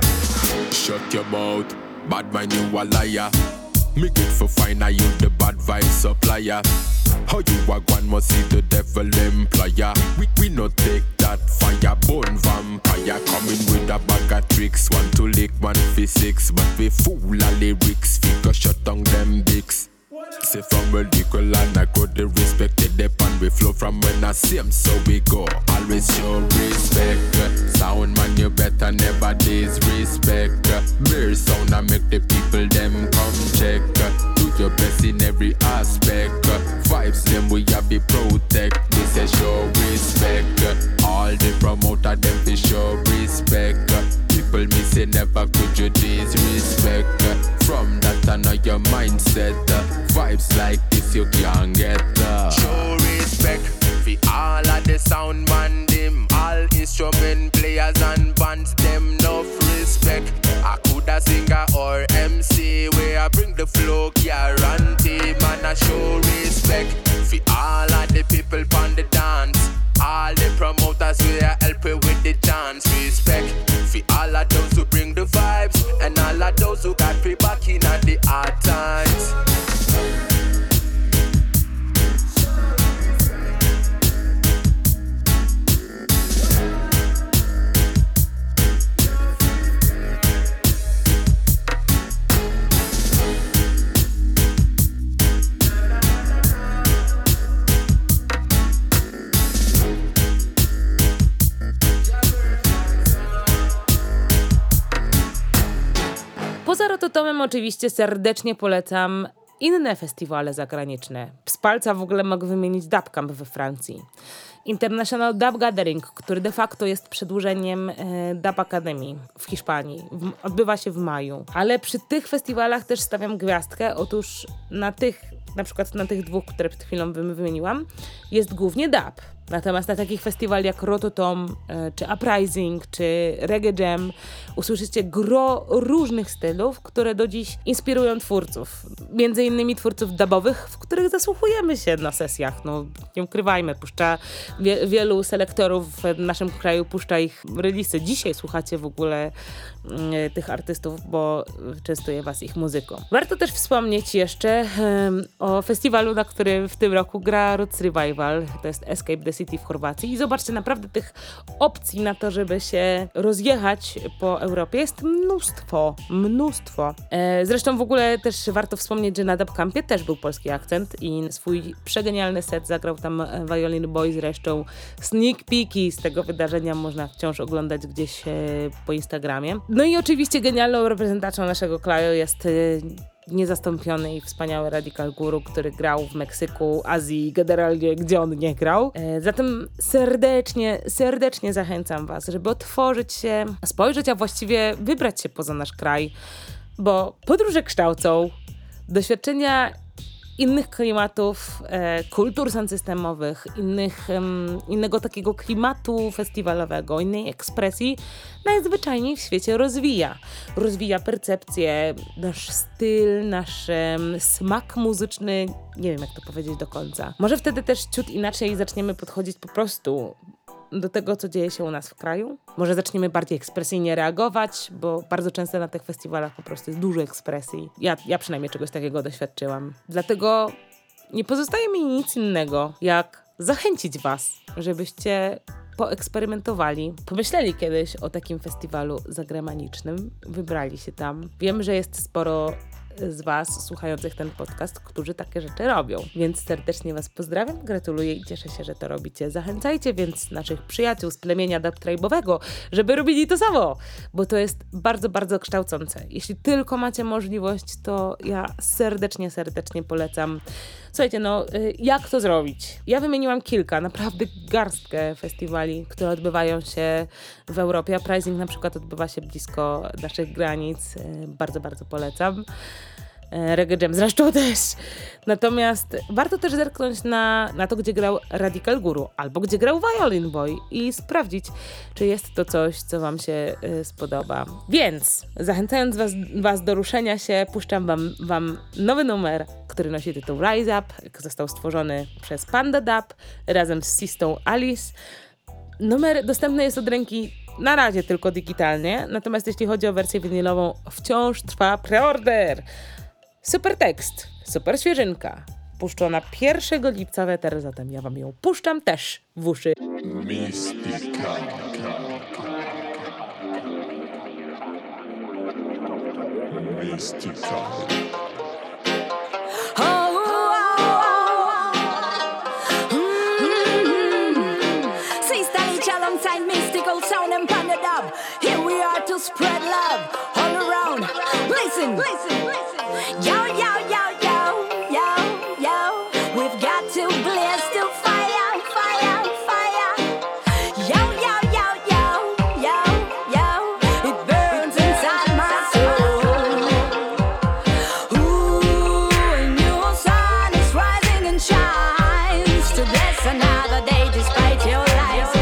Shut your mouth, bad man you a liar. Make it for fine, are you the bad vibe supplier? How you a one must see the devil employer. We, we no take that fire, bone vampire. Coming with a bag of tricks, one to lick, one physics. But we fool a lyrics, figure shut down them dicks. Say from a equal and I got the respect it depend we flow from when I see 'em so we go. Always show respect. Sound man you better never disrespect. Mere sound I make the people them come check. Do your best in every aspect. Vibes them we have to protect. This is show respect. All the promoter them fi show respect. People me say never could you disrespect. From that I know your mindset. Vibes like this you can't get. Uh. Show respect for all of the sound man them. All instrument players and bands them enough respect. I coulda singer or M C where I bring the flow guarantee. Man I show respect for all of the people on the dance. All the promoters will help you with the chance. Respect for all of those who bring the vibes. And all of those who got free back in at the hard times. Poza Rototomem oczywiście serdecznie polecam inne festiwale zagraniczne. Z palca w ogóle mogę wymienić Dub Camp we Francji. International Dub Gathering, który de facto jest przedłużeniem e, Dub Academy w Hiszpanii. W, odbywa się w maju. Ale przy tych festiwalach też stawiam gwiazdkę. Otóż na tych, na przykład na tych dwóch, które przed chwilą wymieniłam, jest głównie dub. Natomiast na takich festiwalach jak Rototom, e, czy Uprising, czy Reggae Jam usłyszycie gro różnych stylów, które do dziś inspirują twórców. Między innymi twórców dubowych, w których zasłuchujemy się na sesjach. No, nie ukrywajmy, puszcza wie, wielu selektorów w naszym kraju puszcza ich releasy. Dzisiaj słuchacie w ogóle e, tych artystów, bo częstuje was ich muzyką. Warto też wspomnieć jeszcze e, o festiwalu, na którym w tym roku gra Roots Revival. To jest Escape the City w Chorwacji. I zobaczcie, naprawdę tych opcji na to, żeby się rozjechać po Europie jest mnóstwo, mnóstwo. E, zresztą w ogóle też warto wspomnieć, że na Dub Campie też był polski akcent i swój przegenialny set zagrał tam Violin Boy, zresztą sneak peeki z tego wydarzenia można wciąż oglądać gdzieś e, po Instagramie. No i oczywiście genialną reprezentacją naszego kraju jest e, niezastąpiony i wspaniały Radical Guru, który grał w Meksyku, Azji, generalnie gdzie on nie grał. E, zatem serdecznie, serdecznie zachęcam was, żeby otworzyć się, spojrzeć, a właściwie wybrać się poza nasz kraj, bo podróże kształcą, doświadczenia innych klimatów, e, kultur soundsystemowych, innych, um, innego takiego klimatu festiwalowego, innej ekspresji najzwyczajniej w świecie rozwija. Rozwija percepcję, nasz styl, nasz um, smak muzyczny, nie wiem jak to powiedzieć do końca. Może wtedy też ciut inaczej zaczniemy podchodzić po prostu do tego, co dzieje się u nas w kraju. Może zaczniemy bardziej ekspresyjnie reagować, bo bardzo często na tych festiwalach po prostu jest dużo ekspresji. Ja, ja przynajmniej czegoś takiego doświadczyłam. Dlatego nie pozostaje mi nic innego, jak zachęcić was, żebyście poeksperymentowali, pomyśleli kiedyś o takim festiwalu zagranicznym, wybrali się tam. Wiem, że jest sporo z was słuchających ten podcast, którzy takie rzeczy robią, więc serdecznie was pozdrawiam, gratuluję i cieszę się, że to robicie. Zachęcajcie więc naszych przyjaciół z plemienia dubtribe'owego, żeby robili to samo, bo to jest bardzo, bardzo kształcące. Jeśli tylko macie możliwość, to ja serdecznie, serdecznie polecam. Słuchajcie, no jak to zrobić? Ja wymieniłam kilka, naprawdę garstkę festiwali, które odbywają się w Europie. Uprising na przykład odbywa się blisko naszych granic. Bardzo, bardzo polecam. Reggae Jam zresztą też. Natomiast warto też zerknąć na, na to, gdzie grał Radical Guru albo gdzie grał Violin Boy i sprawdzić, czy jest to coś, co wam się y, spodoba. Więc zachęcając was, was do ruszenia się, puszczam wam, wam nowy numer, który nosi tytuł Rise Up. Został stworzony przez Panda Dub razem z Sistą Alice. Numer dostępny jest od ręki na razie tylko digitalnie, natomiast jeśli chodzi o wersję winylową, wciąż trwa preorder. Super tekst, super świeżynka, puszczona pierwszego lipca w eter, zatem ja wam ją puszczam też w uszy. Mystika. Mystika. Alongside mystical sound and Panda Dub. Here we are to spread love all around. Listen, listen, listen. Yo, yo, yo, yo, yo, yo. We've got to blaze to fire, fire, fire. Yo, yo, yo, yo, yo, yo. It burns inside my soul. Ooh, a new sun is rising and shines to bless another day despite your lies.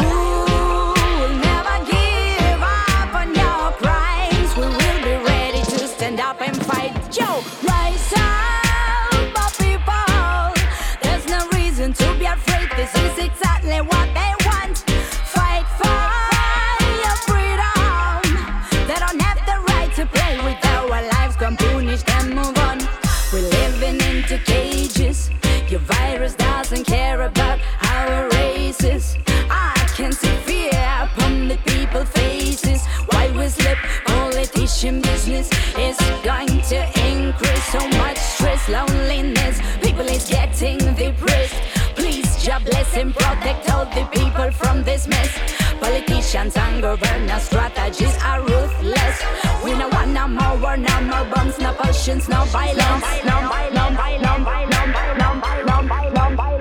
Business is going to increase so much stress, loneliness. People is getting depressed. Please, God bless and protect all the people from this mess. Politicians and governors, strategies are ruthless. We no want no more war, no more bombs, no passions, no violence. No violence, no violence, no violence, no violence, no violence, no violence, no violence.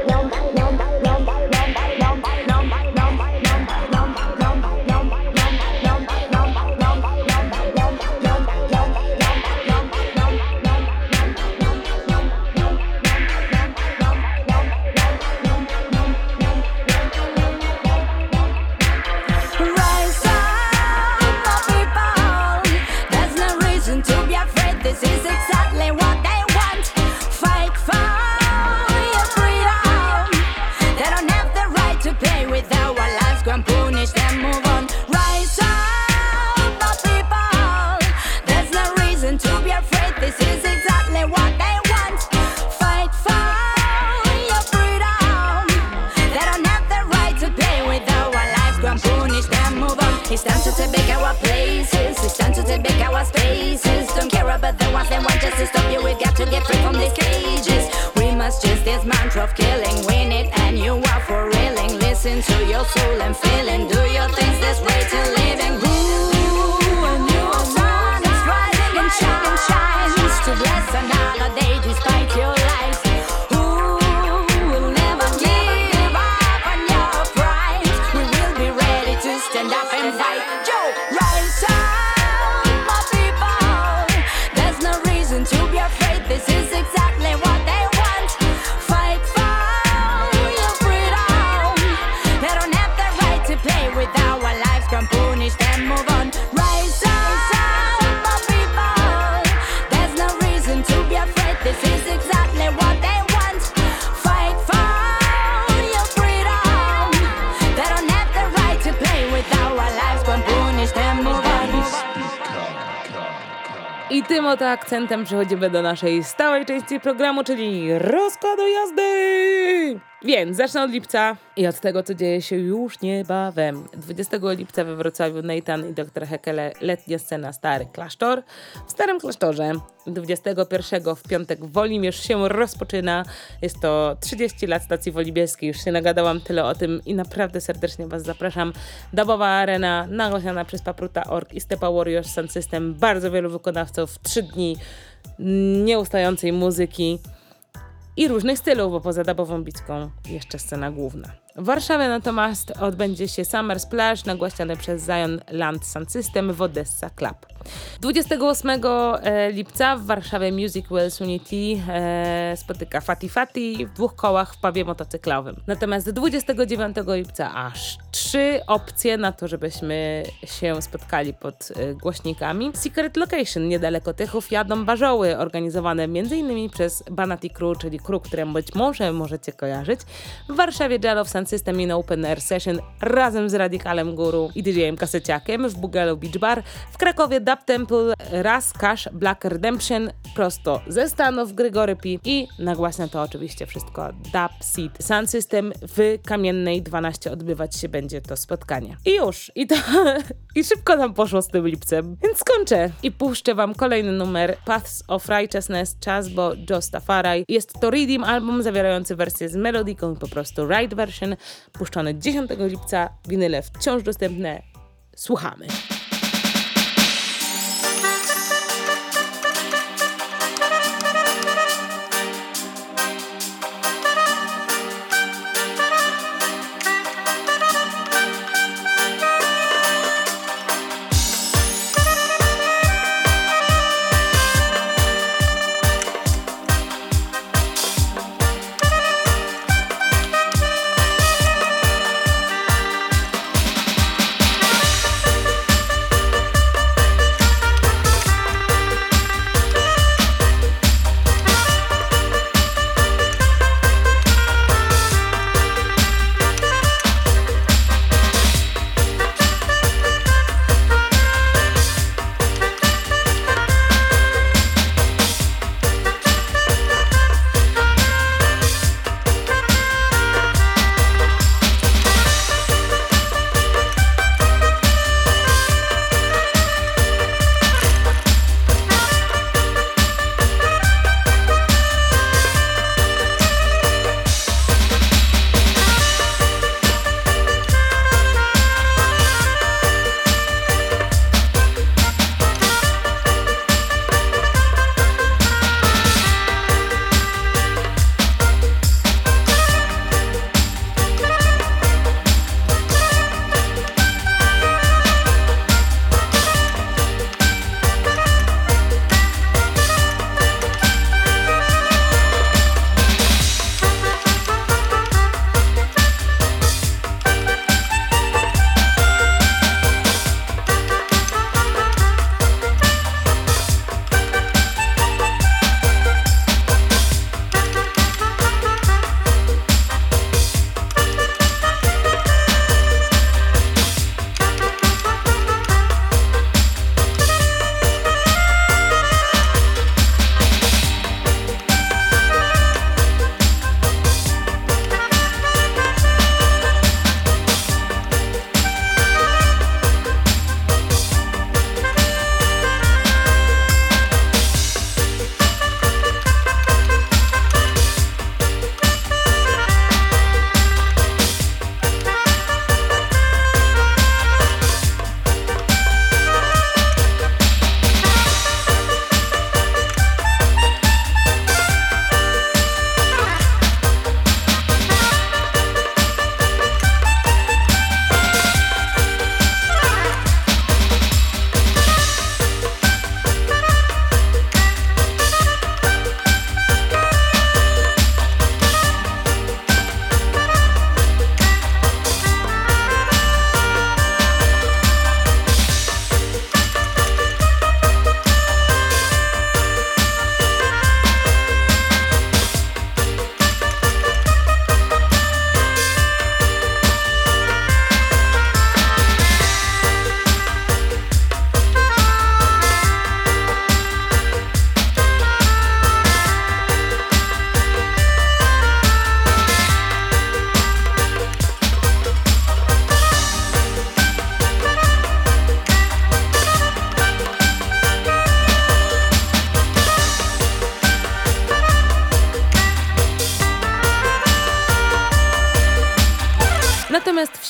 It's time to take back our places. It's time to take back our spaces. Don't care about the ones that want just to stop you. We've got to get free from these cages. We must chase this mantra of killing. Win it and you are for reeling. Listen to your soul and feeling. Do your things, this way to living. Ooh, a new sun is rising and shine, shines to bless another day despite your lies. Ooh, we'll never give up on your pride. We will be ready to stand up and fight. Joe, rise up, my people. There's no reason to be afraid. This is exactly what they want. Fight for your freedom. They don't have the right to play with our lives. Come tym oto akcentem przechodzimy do naszej stałej części programu, czyli rozkładu jazdy! Więc zacznę od lipca i od tego, co dzieje się już niebawem. dwudziestego lipca we Wrocławiu Nathan i doktor Hekele, letnia scena Stary Klasztor. W Starym Klasztorze dwudziestego pierwszego w piątek Wolimierz się rozpoczyna. Jest to trzydzieści lat stacji wolimierskiej. Już się nagadałam tyle o tym i naprawdę serdecznie Was zapraszam. Dubowa arena nagłośniona przez Papruta kropka org i Stepa Warriors Sound System. Bardzo wielu wykonawców. Trzy dni nieustającej muzyki i różnych stylów, bo poza dubową bicką jeszcze scena główna. W Warszawie natomiast odbędzie się Summer Splash nagłaśniany przez Zion Land Sound System w Odessa Club. dwudziestego ósmego lipca w Warszawie Music Wells Unity e, spotyka Fati Fati w dwóch kołach w pubie motocyklowym. Natomiast dwudziestego dziewiątego lipca aż trzy opcje na to, żebyśmy się spotkali pod e, głośnikami. Secret Location niedaleko Tychów jadą Barzoły, organizowane m.in. przez Banati Crew, czyli crew, które być może możecie kojarzyć. W Warszawie Jar of Sound System in Open Air Session razem z Radicalem Guru i D J-em Kaseciakiem w Bugalo Beach Bar. W Krakowie Dub Temple, Raz Cash, Black Redemption prosto ze Stanów, Grigory P i nagłaśnia to oczywiście wszystko Dub Seed Sound System w Kamiennej dwanaście odbywać się będzie to spotkanie. I już, i to i szybko nam poszło z tym lipcem, więc skończę i puszczę wam kolejny numer Paths of Righteousness, Chasbo, Joe Stafaraj. Jest to Redeem album zawierający wersję z melodiką i po prostu Ride Version, puszczony dziesiątego lipca, winyle wciąż dostępne. Słuchamy.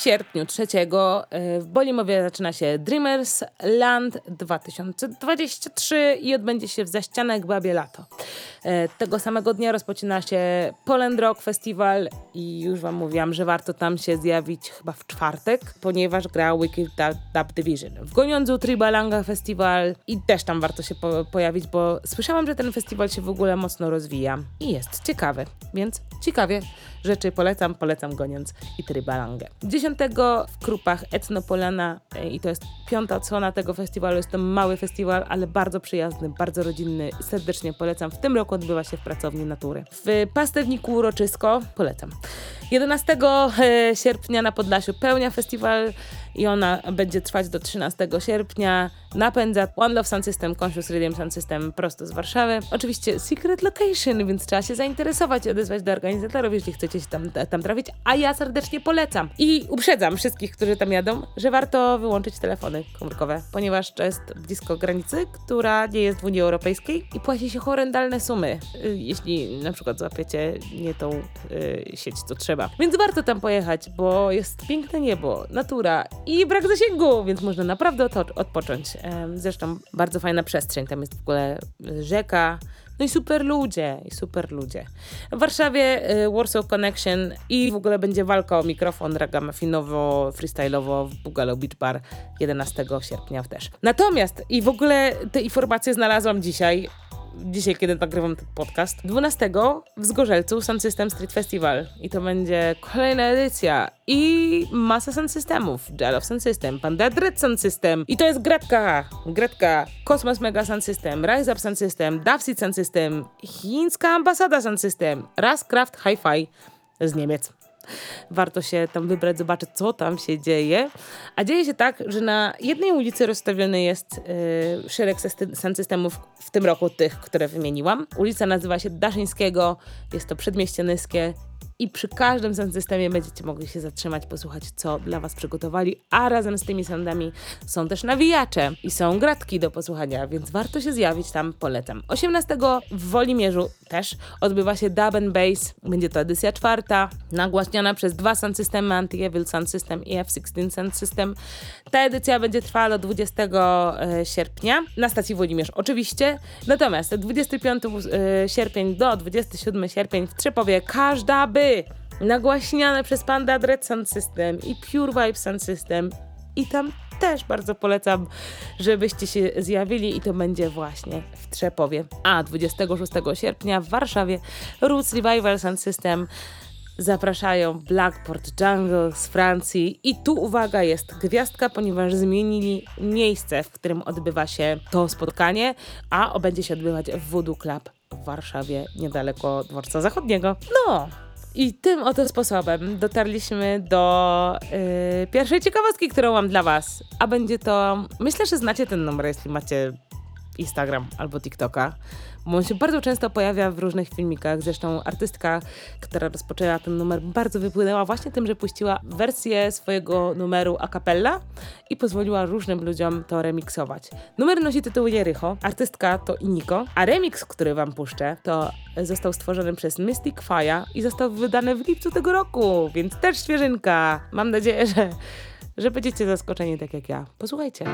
sierpniu trzeciego w Bolimowie zaczyna się Dreamers Land dwa tysiące dwudziesty trzeci i odbędzie się w Zaścianek Babie Lato. Tego samego dnia rozpoczyna się Poland Rock Festival i już wam mówiłam, że warto tam się zjawić chyba w czwartek, ponieważ gra Wicked Dub Division. W Goniądzu Tribalanga Festival i też tam warto się po- pojawić, bo słyszałam, że ten festiwal się w ogóle mocno rozwija i jest ciekawy, więc ciekawie rzeczy polecam, polecam Goniąc i Tribalangę. dziesiątego w Krupach Etnopolana i to jest piąta odsłona tego festiwalu. Jest to mały festiwal, ale bardzo przyjazny, bardzo rodzinny. Serdecznie polecam. W tym roku odbywa się w Pracowni Natury. W Pastewniku Uroczysko polecam. jedenastego sierpnia na Podlasiu Pełnia Festiwal i ona będzie trwać do trzynastego sierpnia. Napędza One Love Sound System, Conscious Rhythm Sound System prosto z Warszawy. Oczywiście secret location, więc trzeba się zainteresować i odezwać do organizatorów, jeśli chcecie się tam, tam trafić, a ja serdecznie polecam. I uprzedzam wszystkich, którzy tam jadą, że warto wyłączyć telefony komórkowe, ponieważ to jest blisko granicy, która nie jest w Unii Europejskiej i płaci się horrendalne sumy, jeśli na przykład złapiecie nie tą y, sieć, co trzeba. Więc warto tam pojechać, bo jest piękne niebo, natura i brak zasięgu, więc można naprawdę od- odpocząć. Zresztą bardzo fajna przestrzeń, tam jest w ogóle rzeka, no i super ludzie, i super ludzie. W Warszawie y, Warsaw Connection i w ogóle będzie walka o mikrofon ragamafinowo, freestyle'owo w Bugalo Beach Bar jedenastego sierpnia też. Natomiast i w ogóle te informacje znalazłam dzisiaj, dzisiaj, kiedy nagrywam ten podcast. dwunastego w Zgorzelcu Sound System Street Festival i to będzie kolejna edycja i masa sound systemów. Jalov Sound System, Panda Dread Sound System i to jest Gretka, Gretka, Cosmos Mega Sound System, Rise Up Sound System, Davsit Sound System, Chińska Ambasada Sound System, Rascraft Hi-Fi z Niemiec. Warto się tam wybrać, zobaczyć, co tam się dzieje. A dzieje się tak, że na jednej ulicy rozstawiony jest yy, szereg sound systemów, w tym roku tych, które wymieniłam. Ulica nazywa się Daszyńskiego, jest to przedmieście Nyskie i przy każdym sound systemie będziecie mogli się zatrzymać, posłuchać, co dla was przygotowali, a razem z tymi soundami są też nawijacze i są gratki do posłuchania, więc warto się zjawić tam, polecam. osiemnastego w Wolimierzu też odbywa się Dub and Bass, będzie to edycja czwarta, nagłaśniana przez dwa sound systemy, Anti-Evil Sound System i F szesnaście Sound System. Ta edycja będzie trwała do dwudziestego sierpnia, na stacji Wolimierz oczywiście, natomiast dwudziestego piątego sierpień do dwudziestego siódmego sierpień w Trzepowie każda by nagłaśniane przez Panda Dread Sound System i Pure Vibe Sound System i tam też bardzo polecam, żebyście się zjawili i to będzie właśnie w Trzepowie. A dwudziestego szóstego sierpnia w Warszawie Roots Revival Sound System zapraszają Blackport Jungle z Francji i tu uwaga, jest gwiazdka, ponieważ zmienili miejsce, w którym odbywa się to spotkanie, a będzie się odbywać w Voodoo Club w Warszawie, niedaleko Dworca Zachodniego. No! I tym oto sposobem dotarliśmy do yy, pierwszej ciekawostki, którą mam dla was. A będzie to... Myślę, że znacie ten numer, jeśli macie Instagram albo TikToka, bo on się bardzo często pojawia w różnych filmikach. Zresztą artystka, która rozpoczęła ten numer, bardzo wypłynęła właśnie tym, że puściła wersję swojego numeru a cappella i pozwoliła różnym ludziom to remiksować. Numer nosi tytuł Jericho, artystka to Iniko, a remix, który wam puszczę, to został stworzony przez Mystic Fire i został wydany w lipcu tego roku, więc też świeżynka. Mam nadzieję, że, że będziecie zaskoczeni tak jak ja. Posłuchajcie.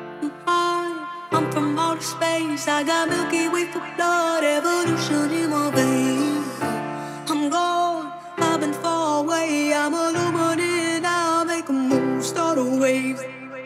I'm from outer space, I got Milky Way for blood, evolution in my veins. I'm gone, I've been far away, I'm illuminated now, make a move, start a wave.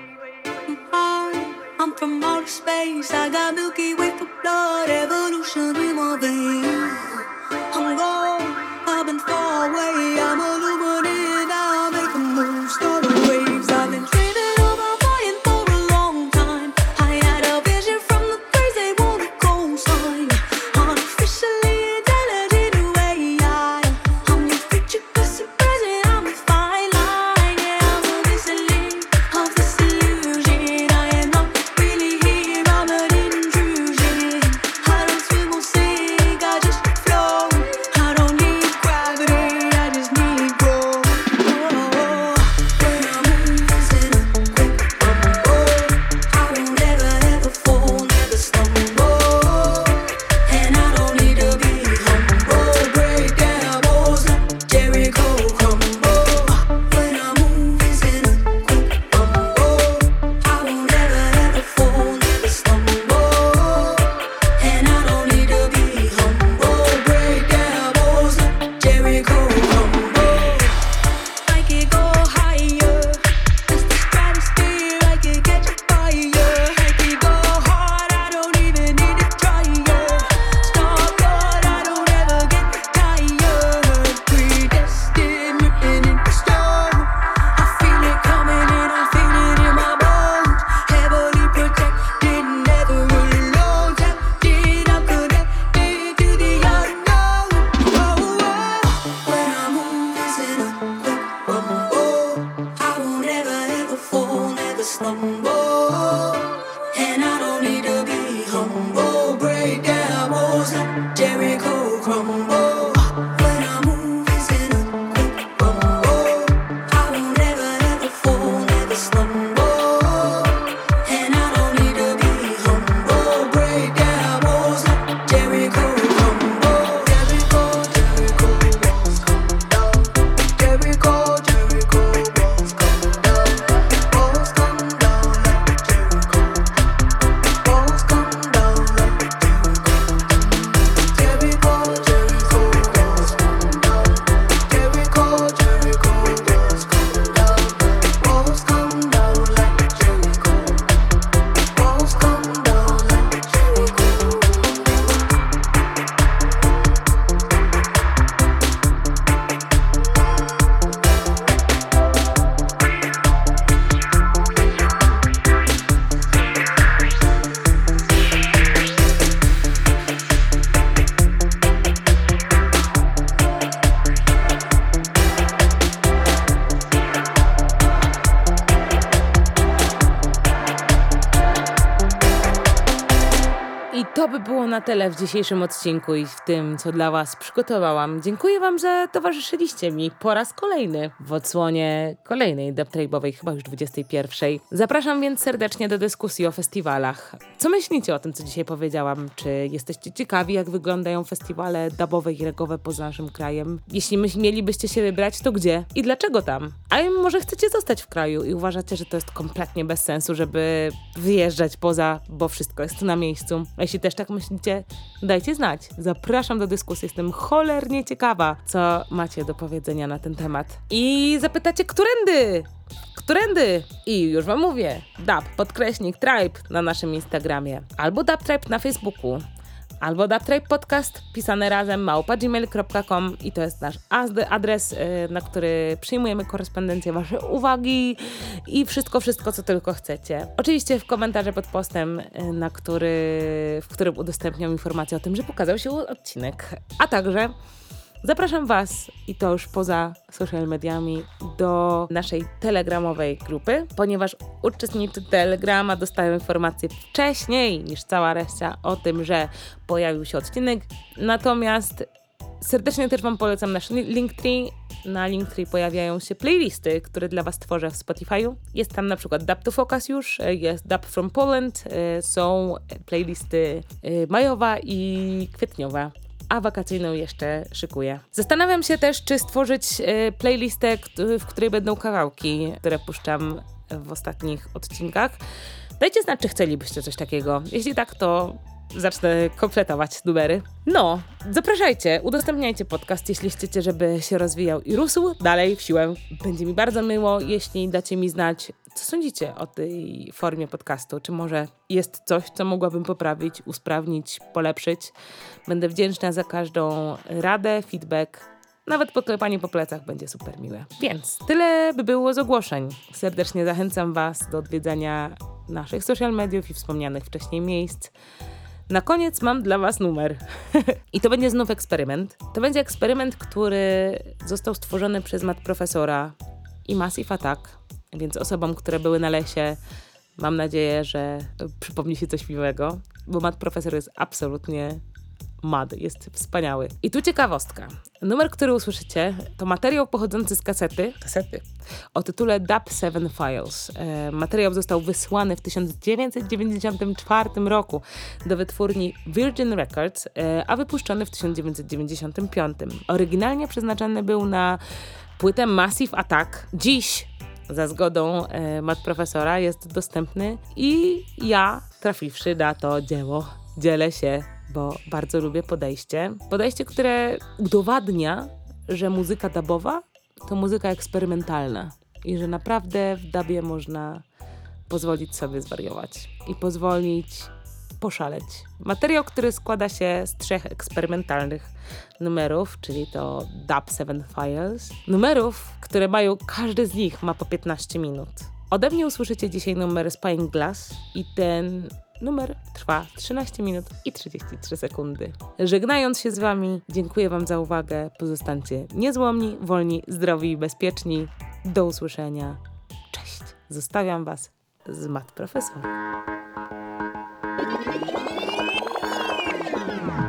I'm from outer space, I got Milky Way for blood, evolution in my veins. I'm gone, I've been far away, I'm illuminated now, make a move, start a wave. I've been dreaming of my flying for a long time. I had a vision from the crazy water coastline. Artificially intelligent A I. I'm your future, past and present. I'm a fine line. Yeah, I'm a missing link of this illusion. I am not really here. I'm an intrusion. I don't swim or sink. I walls like Jericho crumble. When I move, it's in a quick rumble. I will never ever fall, never stumble. And I don't need to be humble. Break down walls like Jericho crumble. Jericho, Jericho walls come down. Jericho, Jericho walls come down. Walls come down like Jericho. Walls come down like Jericho. Jericho, Jericho walls come down. Jericho, Jericho walls come down. Walls come down like Jericho. Walls come down like Jericho. I to by było na tyle w dzisiejszym odcinku i w tym, co dla was przygotowałam. Dziękuję wam, że towarzyszyliście mi po raz kolejny w odsłonie kolejnej dubtrape'owej, chyba już dwudziestej pierwszej. Zapraszam więc serdecznie do dyskusji o festiwalach. Co myślicie o tym, co dzisiaj powiedziałam? Czy jesteście ciekawi, jak wyglądają festiwale dubowe i regowe poza naszym krajem? Jeśli my, mielibyście się wybrać, to gdzie? I dlaczego tam? A może chcecie zostać w kraju i uważacie, że to jest kompletnie bez sensu, żeby wyjeżdżać poza, bo wszystko jest tu na miejscu? A jeśli też tak myślicie, dajcie znać. Zapraszam do dyskusji. Jestem cholernie ciekawa, co macie do powiedzenia na ten temat. I zapytacie, którędy? Którędy? I już wam mówię. Dub, podkreśnik, tribe na naszym Instagramie. Albo Dub Tribe na Facebooku. Albo Dubtrape Podcast, pisane razem, małpa gmail kropka com i to jest nasz adres, na który przyjmujemy korespondencję, wasze uwagi i wszystko, wszystko, co tylko chcecie. Oczywiście w komentarze pod postem, na który, w którym udostępniam informację o tym, że pokazał się odcinek. A także zapraszam was, i to już poza social mediami, do naszej telegramowej grupy, ponieważ uczestnicy Telegrama dostają informacje wcześniej niż cała reszta o tym, że pojawił się odcinek. Natomiast serdecznie też wam polecam nasz Linktree. Na Linktree pojawiają się playlisty, które dla was tworzę w Spotify'u. Jest tam na przykład Dub to Focus już, jest Dub from Poland, są playlisty majowa i kwietniowa, a wakacyjną jeszcze szykuję. Zastanawiam się też, czy stworzyć y, playlistę, w której będą kawałki, które puszczam w ostatnich odcinkach. Dajcie znać, czy chcielibyście coś takiego. Jeśli tak, to zacznę kompletować numery. No, zapraszajcie, udostępniajcie podcast, jeśli chcecie, żeby się rozwijał i rósł dalej w siłę. Będzie mi bardzo miło, jeśli dacie mi znać, co sądzicie o tej formie podcastu. Czy może jest coś, co mogłabym poprawić, usprawnić, polepszyć. Będę wdzięczna za każdą radę, feedback. Nawet poklepanie po plecach będzie super miłe. Więc tyle by było z ogłoszeń. Serdecznie zachęcam was do odwiedzania naszych social mediów i wspomnianych wcześniej miejsc. Na koniec mam dla was numer. I to będzie znów eksperyment. To będzie eksperyment, który został stworzony przez Mat Profesora i Massive Attack, więc osobom, które były na lesie, mam nadzieję, że przypomni się coś miłego, bo Mat Profesor jest absolutnie mad, jest wspaniały. I tu ciekawostka. Numer, który usłyszycie, to materiał pochodzący z kasety, kasety o tytule Dub Seven Files. E, materiał został wysłany w tysiąc dziewięćset dziewięćdziesiątym czwartym roku do wytwórni Virgin Records, e, a wypuszczony w tysiąc dziewięćset dziewięćdziesiątym piątym. Oryginalnie przeznaczony był na płytę Massive Attack. Dziś, za zgodą e, Mat Profesora, jest dostępny i ja, trafiwszy na to dzieło, dzielę się, bo bardzo lubię podejście. Podejście, które udowadnia, że muzyka dubowa to muzyka eksperymentalna i że naprawdę w dubie można pozwolić sobie zwariować i pozwolić poszaleć. Materiał, który składa się z trzech eksperymentalnych numerów, czyli to Dub Seven Files. Numerów, które mają, każdy z nich ma po piętnaście minut. Ode mnie usłyszycie dzisiaj numer Spying Glass i ten numer trwa trzynaście minut i trzydzieści trzy sekundy. Żegnając się z wami, dziękuję wam za uwagę. Pozostańcie niezłomni, wolni, zdrowi i bezpieczni. Do usłyszenia. Cześć. Zostawiam was z Mat Profesorem.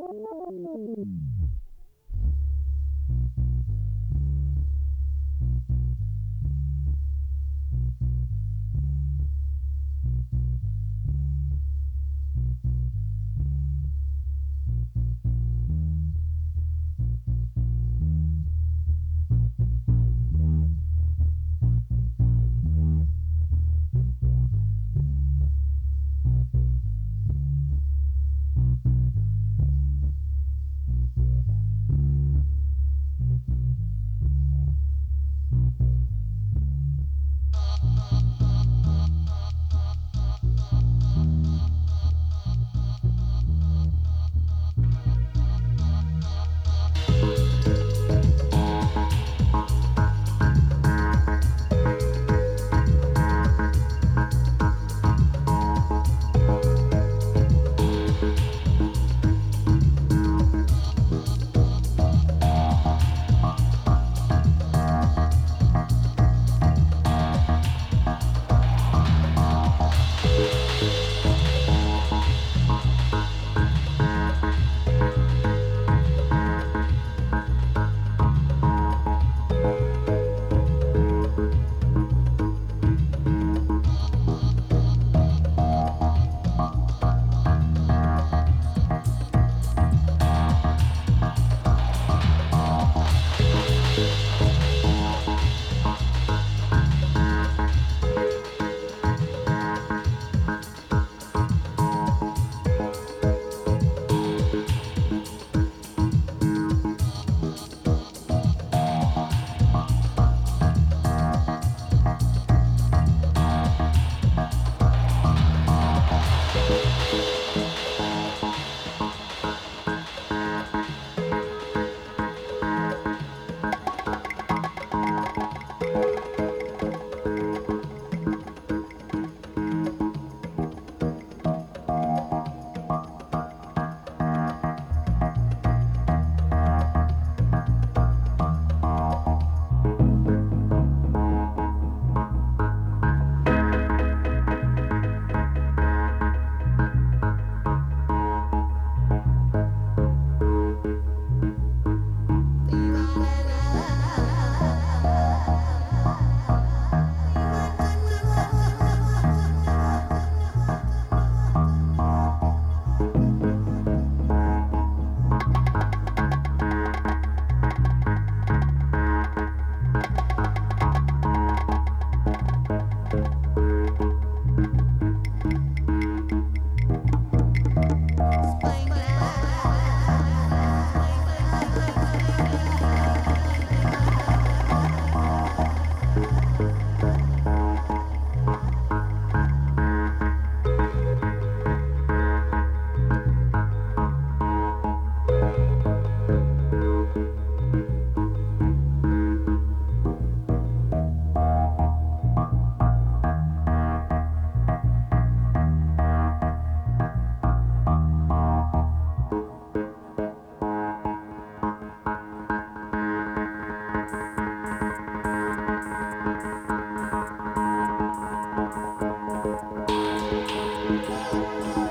Thank you.